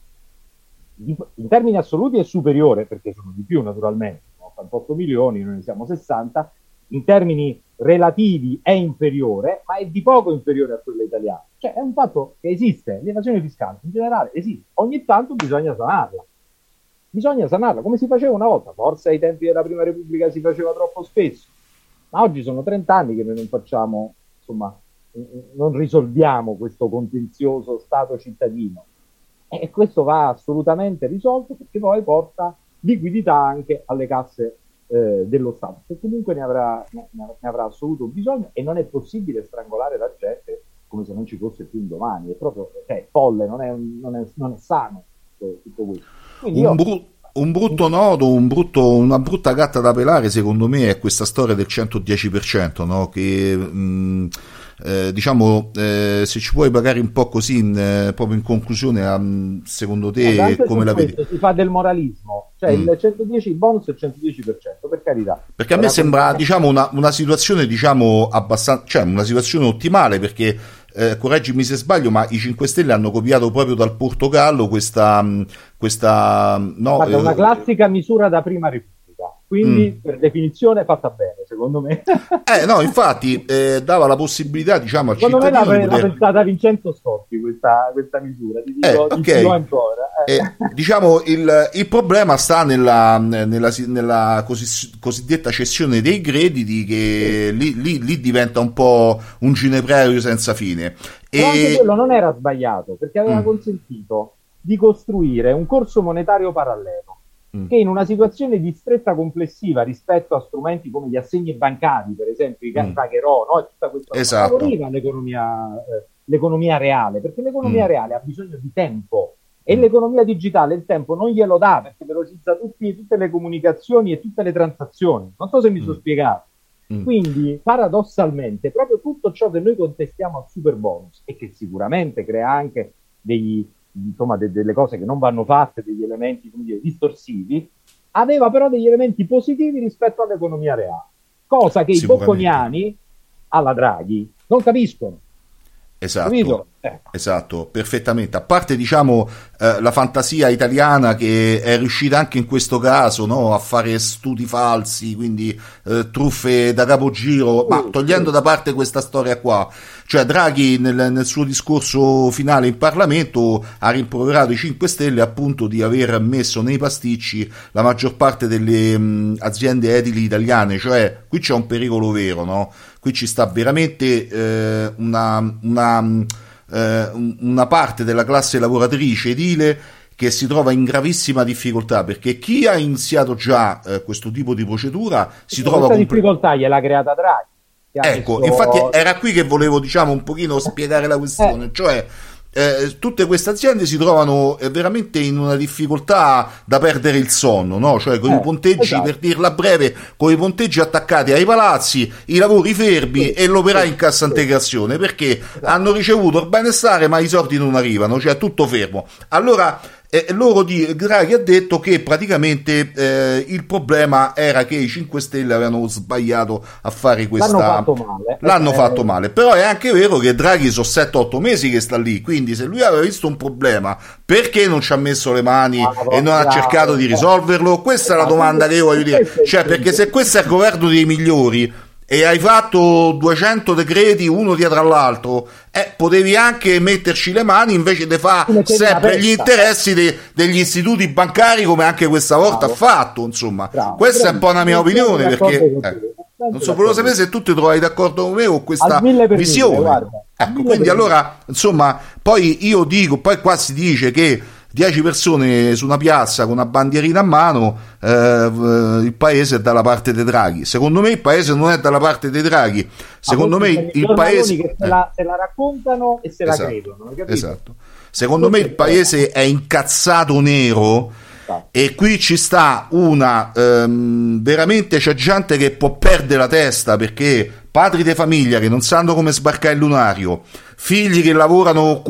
in termini assoluti è superiore, perché sono di più naturalmente, sono 88 milioni, noi ne siamo 60, in termini relativi è inferiore, ma è di poco inferiore a quella italiana. Cioè è un fatto che esiste, l'evasione fiscale in generale esiste, ogni tanto bisogna sanarla, come si faceva una volta, forse ai tempi della Prima Repubblica si faceva troppo spesso, ma oggi sono 30 anni che noi non facciamo, insomma, non risolviamo questo contenzioso Stato-cittadino, e questo va assolutamente risolto, perché poi porta liquidità anche alle casse dello Stato, che comunque ne avrà assoluto bisogno, e non è possibile strangolare la gente come se non ci fosse più un domani. È proprio folle, non è sano tutto questo. Quindi un brutto nodo, una brutta gatta da pelare, secondo me, è questa storia del 110%, no? Che diciamo, se ci puoi magari un po' così proprio in conclusione, secondo te come la vedi? Si fa del moralismo, cioè il 110, il bonus è il 110%, per carità, perché a me sembra, diciamo, una situazione, diciamo, abbastanza, cioè una situazione ottimale, perché correggimi se sbaglio, ma i 5 Stelle hanno copiato proprio dal Portogallo questa no, guarda, una classica misura da Prima Repubblica, quindi per definizione fatta bene, secondo me. No, infatti dava la possibilità, diciamo, al secondo cittadino me l'ha pensata Vincenzo Scotti questa misura, ti dico, okay. Ancora. Diciamo il problema sta nella cosiddetta cessione dei crediti, che lì diventa un po' un ginepraio senza fine. Però anche quello non era sbagliato, perché aveva consentito di costruire un corso monetario parallelo che in una situazione di stretta complessiva rispetto a strumenti come gli assegni bancari, per esempio i pagherò, no? E tutta questa favoriva l'economia reale, perché l'economia reale ha bisogno di tempo, e l'economia digitale il tempo non glielo dà, perché velocizza tutte le comunicazioni e tutte le transazioni. Non so se mi sono spiegato. Quindi paradossalmente proprio tutto ciò che noi contestiamo al super bonus, e che sicuramente crea anche delle cose che non vanno fatte, degli elementi, come dire, distorsivi, aveva però degli elementi positivi rispetto all'economia reale, cosa che i bocconiani alla Draghi non capiscono. Esatto, perfettamente. A parte, diciamo, la fantasia italiana, che è riuscita anche in questo caso, no, a fare studi falsi, quindi truffe da capogiro, ma togliendo da parte questa storia qua, cioè Draghi nel suo discorso finale in Parlamento ha rimproverato i 5 Stelle appunto di aver messo nei pasticci la maggior parte delle aziende edili italiane. Cioè qui c'è un pericolo vero, no? Qui ci sta veramente una parte della classe lavoratrice edile che si trova in gravissima difficoltà, perché chi ha iniziato già questo tipo di procedura si trova questa difficoltà gliel'ha creata Draghi. Ecco, infatti era qui che volevo, diciamo, un pochino spiegare la questione, cioè tutte queste aziende si trovano veramente in una difficoltà da perdere il sonno, no? Cioè con i ponteggi, per dirla breve, con i ponteggi attaccati ai palazzi, i lavori fermi e l'operaio in cassa integrazione, perché hanno ricevuto il benestare ma i soldi non arrivano, cioè tutto fermo. Allora Draghi ha detto che praticamente il problema era che i 5 Stelle avevano sbagliato a fare questa, l'hanno fatto male. Però è anche vero che Draghi sono 7-8 mesi che sta lì, quindi se lui aveva visto un problema, perché non ci ha messo le mani e non ha cercato di risolverlo? Questa è la domanda che io voglio dire, cioè, perché se questo è il governo dei migliori e hai fatto 200 decreti uno dietro all'altro, potevi anche metterci le mani invece di fare sempre gli interessi degli istituti bancari, come anche questa volta ha fatto, insomma. Questa è un po' una mia opinione, perché non so, volevo sapere se tu ti trovi d'accordo con me con questa visione. Quindi allora, insomma, poi io dico, poi qua si dice che 10 persone su una piazza con una bandierina a mano, il paese è dalla parte dei Draghi. Secondo me il paese non è dalla parte dei Draghi, secondo me il paese che se la raccontano e se la credono, esatto. Secondo me il paese è incazzato nero, e qui ci sta veramente, c'è gente che può perdere la testa, perché padri di famiglia che non sanno come sbarcare il lunario, figli che lavorano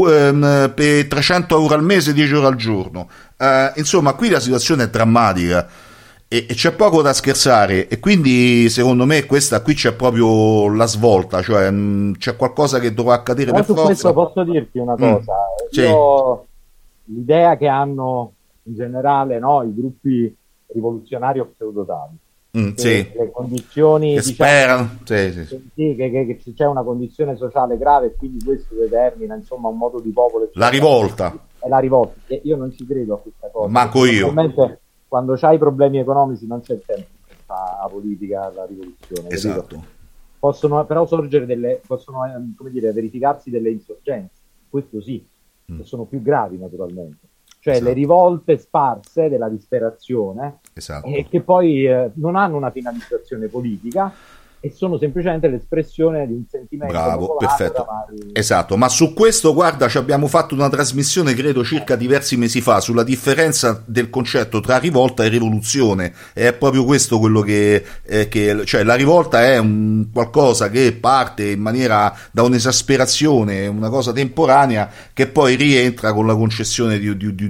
per 300 euro al mese, 10 ore al giorno. Insomma, qui la situazione è drammatica e c'è poco da scherzare, e quindi secondo me questa qui c'è proprio la svolta, cioè c'è qualcosa che dovrà accadere per su forza. Questo posso dirti una cosa, sì. Io l'idea che hanno in generale, no, i gruppi rivoluzionari o pseudotali, sì. le condizioni che sperano, sì. Che c'è una condizione sociale grave e quindi questo determina insomma un modo di popolo, la rivolta. È la rivolta, e io non ci credo a questa cosa. Manco io. Quando c'hai problemi economici non c'è tempo per fare la politica, la rivoluzione. Esatto. Capito? Possono però sorgere come dire, verificarsi delle insorgenze, questo sì, che sono più gravi naturalmente. Cioè esatto. Le rivolte sparse della disperazione, esatto. E che poi non hanno una finalizzazione politica e sono semplicemente l'espressione di un sentimento popolare. Perfetto. Esatto, ma su questo, guarda, ci abbiamo fatto una trasmissione, credo circa diversi mesi fa, sulla differenza del concetto tra rivolta e rivoluzione. È proprio questo quello che cioè la rivolta è un qualcosa che parte in maniera da un'esasperazione, una cosa temporanea, che poi rientra con la concessione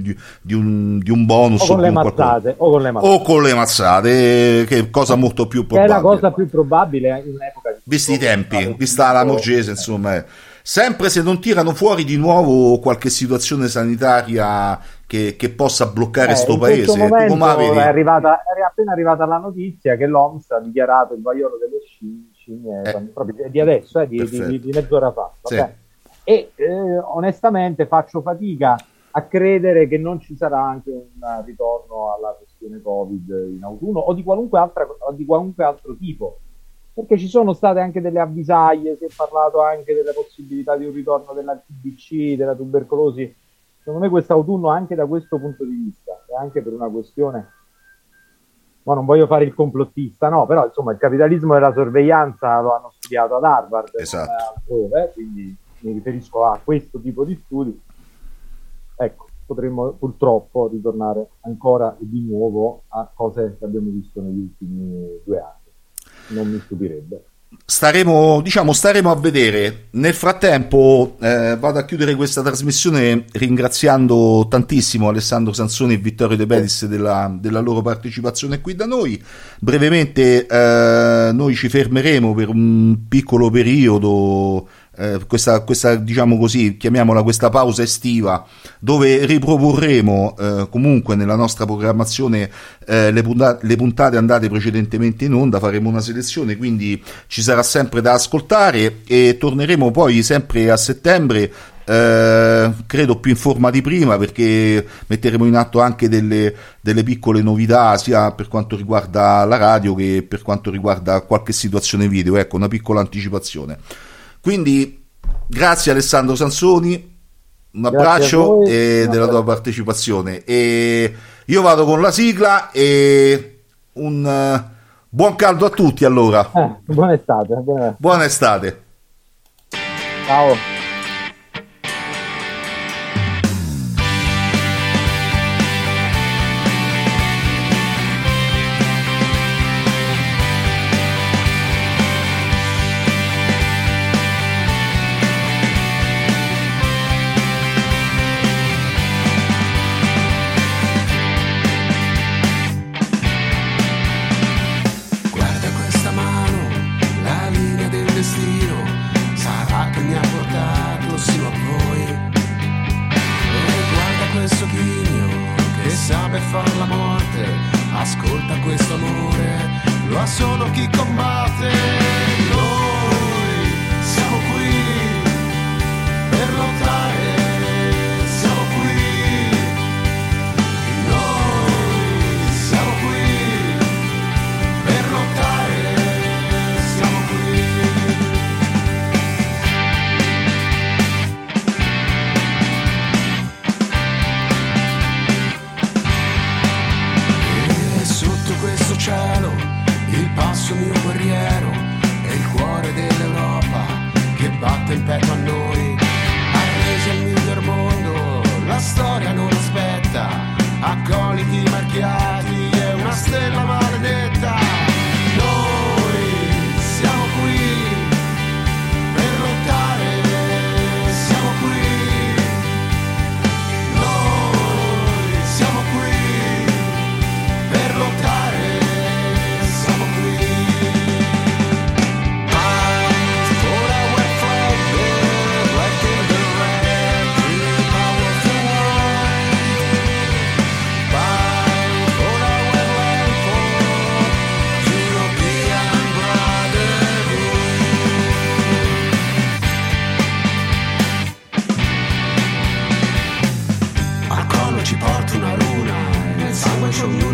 di un bonus o con le mazzate, o con le mazzate, che è cosa molto più probabile. È la cosa più probabile in un'epoca visti i tempi, vista la Morgese, insomma, sempre se non tirano fuori di nuovo qualche situazione sanitaria che possa bloccare sto paese. In questo momento è appena arrivata la notizia che l'OMS ha dichiarato il vaiolo delle scimmie proprio di adesso, di mezz'ora fa. Sì. E onestamente faccio fatica a credere che non ci sarà anche un ritorno alla questione Covid in autunno o di qualunque altro tipo. Perché ci sono state anche delle avvisaglie, si è parlato anche della possibilità di un ritorno della TBC, della tubercolosi. Secondo me quest'autunno, anche da questo punto di vista, e anche per una questione, ma non voglio fare il complottista, no, però insomma il capitalismo della sorveglianza lo hanno studiato ad Harvard, esatto. Altrove, quindi mi riferisco a questo tipo di studi. Ecco, potremmo purtroppo ritornare ancora e di nuovo a cose che abbiamo visto negli ultimi 2 anni. Non mi stupirebbe. Staremo a vedere. Nel frattempo vado a chiudere questa trasmissione ringraziando tantissimo Alessandro Sansoni e Vittorio De Pedis della loro partecipazione qui da noi. Brevemente noi ci fermeremo per un piccolo periodo, questa diciamo così, chiamiamola questa pausa estiva, dove riproporremo comunque nella nostra programmazione le puntate andate precedentemente in onda. Faremo una selezione, quindi ci sarà sempre da ascoltare e torneremo poi sempre a settembre, credo più in forma di prima, perché metteremo in atto anche delle piccole novità sia per quanto riguarda la radio che per quanto riguarda qualche situazione video. Ecco, una piccola anticipazione. Quindi grazie Alessandro Sansoni, un abbraccio della tua partecipazione, e io vado con la sigla e un buon caldo a tutti. Allora buona estate. Buona estate, ciao. Ascolta questo amore, lo ha solo chi combatte. Noi siamo qui per lottare, siamo qui. Noi siamo qui per lottare, siamo qui. Cielo, il passo mio guerriero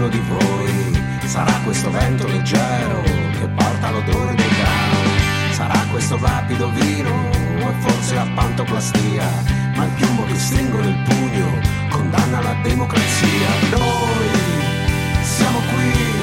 ognuno di voi. Sarà questo vento leggero che porta l'odore del grano, sarà questo rapido vino o forse la pantoplastia, ma il piumbo che stringo nel pugno condanna la democrazia. Noi siamo qui